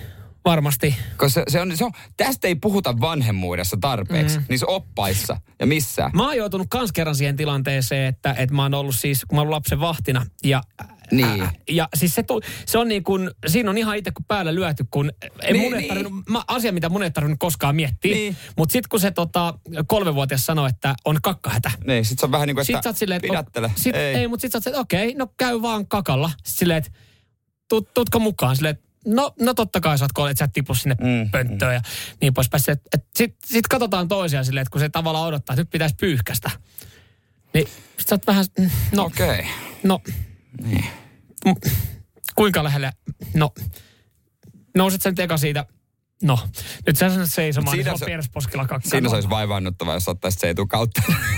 Varmasti. Koska se, se on, se on, tästä ei puhuta vanhemmuudessa tarpeeksi, mm. niissä oppaissa ja missään. Mä oon joutunut kans kerran siihen tilanteeseen, että, että mä oon ollut siis, kun mä oon ollut lapsen vahtina. Ja, niin. ää, ja siis se, tu, se on niin kuin, siinä on ihan itse kuin päällä lyöty, kun ei niin, mun ei tarvinnut, niin. mä, asia, mitä mun ei tarvinnut koskaan miettiä. Niin. Mutta sitten kun se tota, kolmevuotias sanoi, että on kakkahätä. Niin, sit se on vähän niin kuin, että silleen, pidättele. Sit, ei. ei, mutta sit sä oot silleen, että okei, no käy vaan kakalla. Sitten silleen, että tut, tutko mukaan? Silleen, että No, no totta kai sä oot, että sä et tipu sinne mm, pönttöön mm. ja niin poispäin. Sitten sit katsotaan toisiaan silleen, että kun se tavallaan odottaa, että nyt pitäisi pyyhkästä. Niin sit sä oot vähän, no. Okei. Okay. No. Niin. M- kuinka lähelle? No. Nouset sen eka siitä. No. Nyt sä sanot seisomaan, niin se on piersposkella kakkaan. Siinä se olisi vaivaannuttavaa, jos ottaisit se etukautta.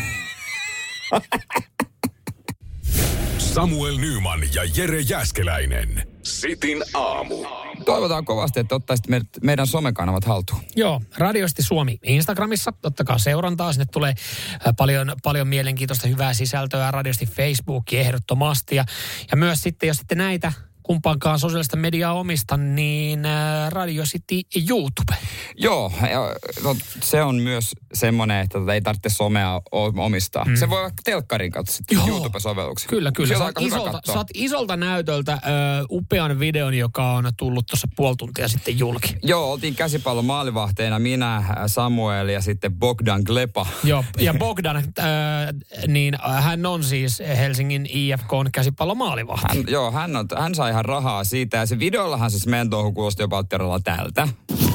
Samuel Nyman ja Jere Jääskeläinen. Sitin aamu. Toivotaan kovasti, että ottaisit meidät, meidän somekanavat haltuun. Joo, Radiosti Suomi Instagramissa. Ottakaa seurantaa. Sinne tulee paljon, paljon mielenkiintoista hyvää sisältöä. Radiosti Facebook ehdottomasti. Ja, ja myös sitten, jos sitten näitä kumpaankaan sosiaalista mediaa omista, niin Radio City YouTube. Joo, no, se on myös semmoinen, että ei tarvitse somea omistaa. Mm. Se voi olla telkkarin kautta sitten YouTube-sovelluksen. Kyllä, kyllä. Sä oot, isolta, sä oot isolta näytöltä ö, upean videon, joka on tullut tuossa puoli tuntia sitten julki. Joo, oltiin käsipallon maalivahteina minä, Samuel ja sitten Bogdan Glepa. Joo, ja Bogdan, ö, niin hän on siis Helsingin I F K:n käsipallon maalivahti. Hän, joo, hän, on, hän sai ihan rahaa siitä. Ja se videollahan siis meidän touhu kuulosti jopa otterolla tältä.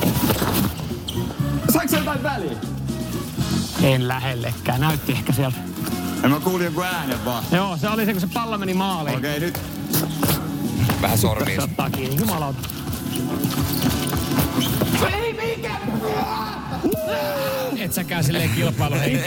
Saiko se jotain väliin? En lähellekään. Näytti ehkä sieltä. En mä kuulin joku äänen vaan. Joo, se oli se, kun se pallo meni maaliin. Okei, nyt. Vähän sormiin. Se ottaa kiinni. Jumalauta. Ei mikä! Et säkään silleen kilpailu. En,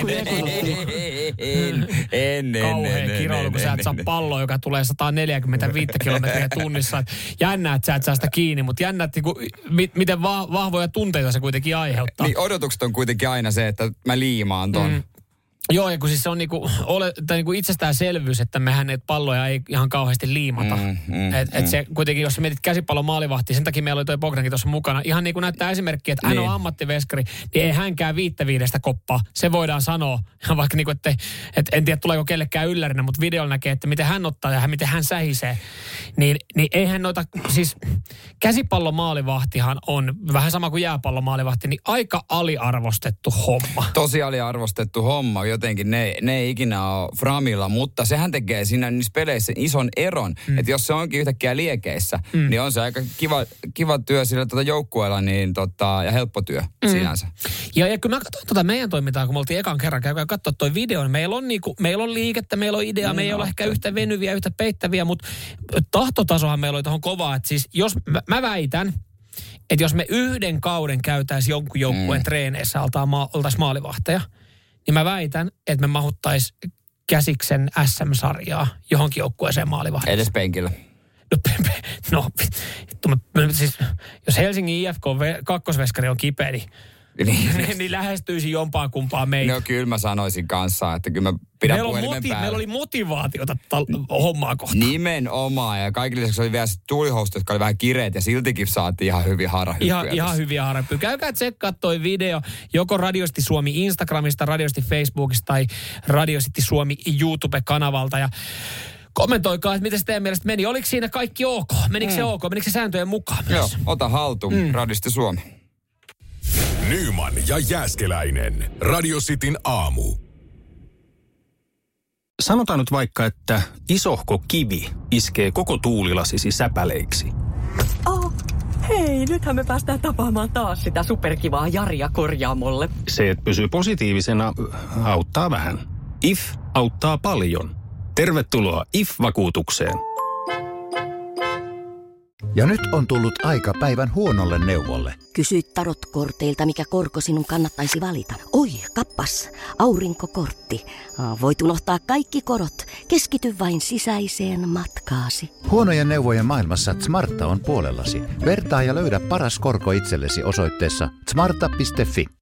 en, en. Kauhea kiroilu, kun sä et saa palloa, joka tulee sata neljäkymmentäviisi kilometriä tunnissa. Jännä, että sä et saa sitä kiinni, mutta jännä, että miten vahvoja tunteita se kuitenkin aiheuttaa. Niin odotukset on kuitenkin aina se, että mä liimaan ton. Mm. Joo, ja kun siis se on niinku, ole, tai niinku itsestäänselvyys, että mehän näitä palloja ei ihan kauheasti liimata. Mm, mm, et, et se kuitenkin, jos sä mietit käsipallon maalivahtia, sen takia meillä oli toi Bogdankin tuossa mukana. Ihan niin kuin näyttää esimerkkiä, että hän niin. on ammattiveskari, niin ei hänkään viittä viidestä koppaa. Se voidaan sanoa. Vaikka niinku, että et, en tiedä tuleeko kellekään yllärinä, mutta videolla näkee, että miten hän ottaa ja miten hän sähisee. Niin, niin eihän noita, siis käsipallon maalivahtihan on vähän sama kuin jääpallon maalivahti, niin aika aliarvostettu homma. Tosi aliarvostettu homma. Jotenkin ne, ne ei ikinä ole framilla, mutta sehän tekee siinä niissä peleissä ison eron. Mm. Että jos se onkin yhtäkkiä liekeissä, mm. niin on se aika kiva, kiva työ sillä tuota joukkueella niin tota, ja helppo työ mm. sinänsä. Ja, ja kun mä katsoin tuota meidän toimintaa, kun me oltiin ekan kerran käydään katsoa toi video, niin meillä on, niinku, meillä on liikettä, meillä on idea, mm, me ei no, ole ehkä yhtä venyviä, yhtä peittäviä, mutta tahtotasohan meillä oli tuohon kovaa. Että siis jos mä, mä väitän, että jos me yhden kauden käytäisiin jonkun joukkueen mm. treeneissä, oltaisiin maalivahteja, niin mä väitän, että me mahuttaisiin käsiksen S M-sarjaa johonkin joukkueeseen maalivahdeksi. Edes penkillä. No, no, no siis, jos Helsingin I F K kakkosveskari on kipeä, niin, niin, niin lähestyisi jompaa kumpaa meitä. No kyllä mä sanoisin kanssa, että kyllä mä pidän meillä puhelimen moti- päällä. Meillä oli motivaatiota tal- hommaa kohtaan. Nimenomaan, ja kaikille lisäksi oli vielä tulihousut, jotka oli vähän kireet, ja siltikin saatiin ihan hyviä harahyppyjä. Ihan, ihan hyviä harahyppyjä. Käykää tsekkaa toi video, joko Radiosti Suomi Instagramista, Radiosti Facebookista tai Radiosti Suomi YouTube-kanavalta, ja kommentoikaa, että miten se teidän mielestä meni. Oliko siinä kaikki ok? Menikö mm. se ok? Menikö se sääntöjen mukaan myös? Joo, ota haltuun, mm. Radiosti Suomi. Nyman ja Jääskeläinen. Radio Cityn aamu. Sanotaan nyt vaikka, että isohko kivi iskee koko tuulilasisi säpäleiksi. Oh, hei, nythän me päästään tapaamaan taas sitä superkivaa Jaria korjaamolle. Se, että pysyy positiivisena, auttaa vähän. I F auttaa paljon. Tervetuloa I F-vakuutukseen. Ja nyt on tullut aika päivän huonolle neuvolle. Kysy tarotkorteilta, mikä korko sinun kannattaisi valita. Oi, kappas, aurinkokortti. Voit unohtaa kaikki korot. Keskity vain sisäiseen matkaasi. Huonojen neuvojen maailmassa Smarta on puolellasi. Vertaa ja löydä paras korko itsellesi osoitteessa smarta piste fi.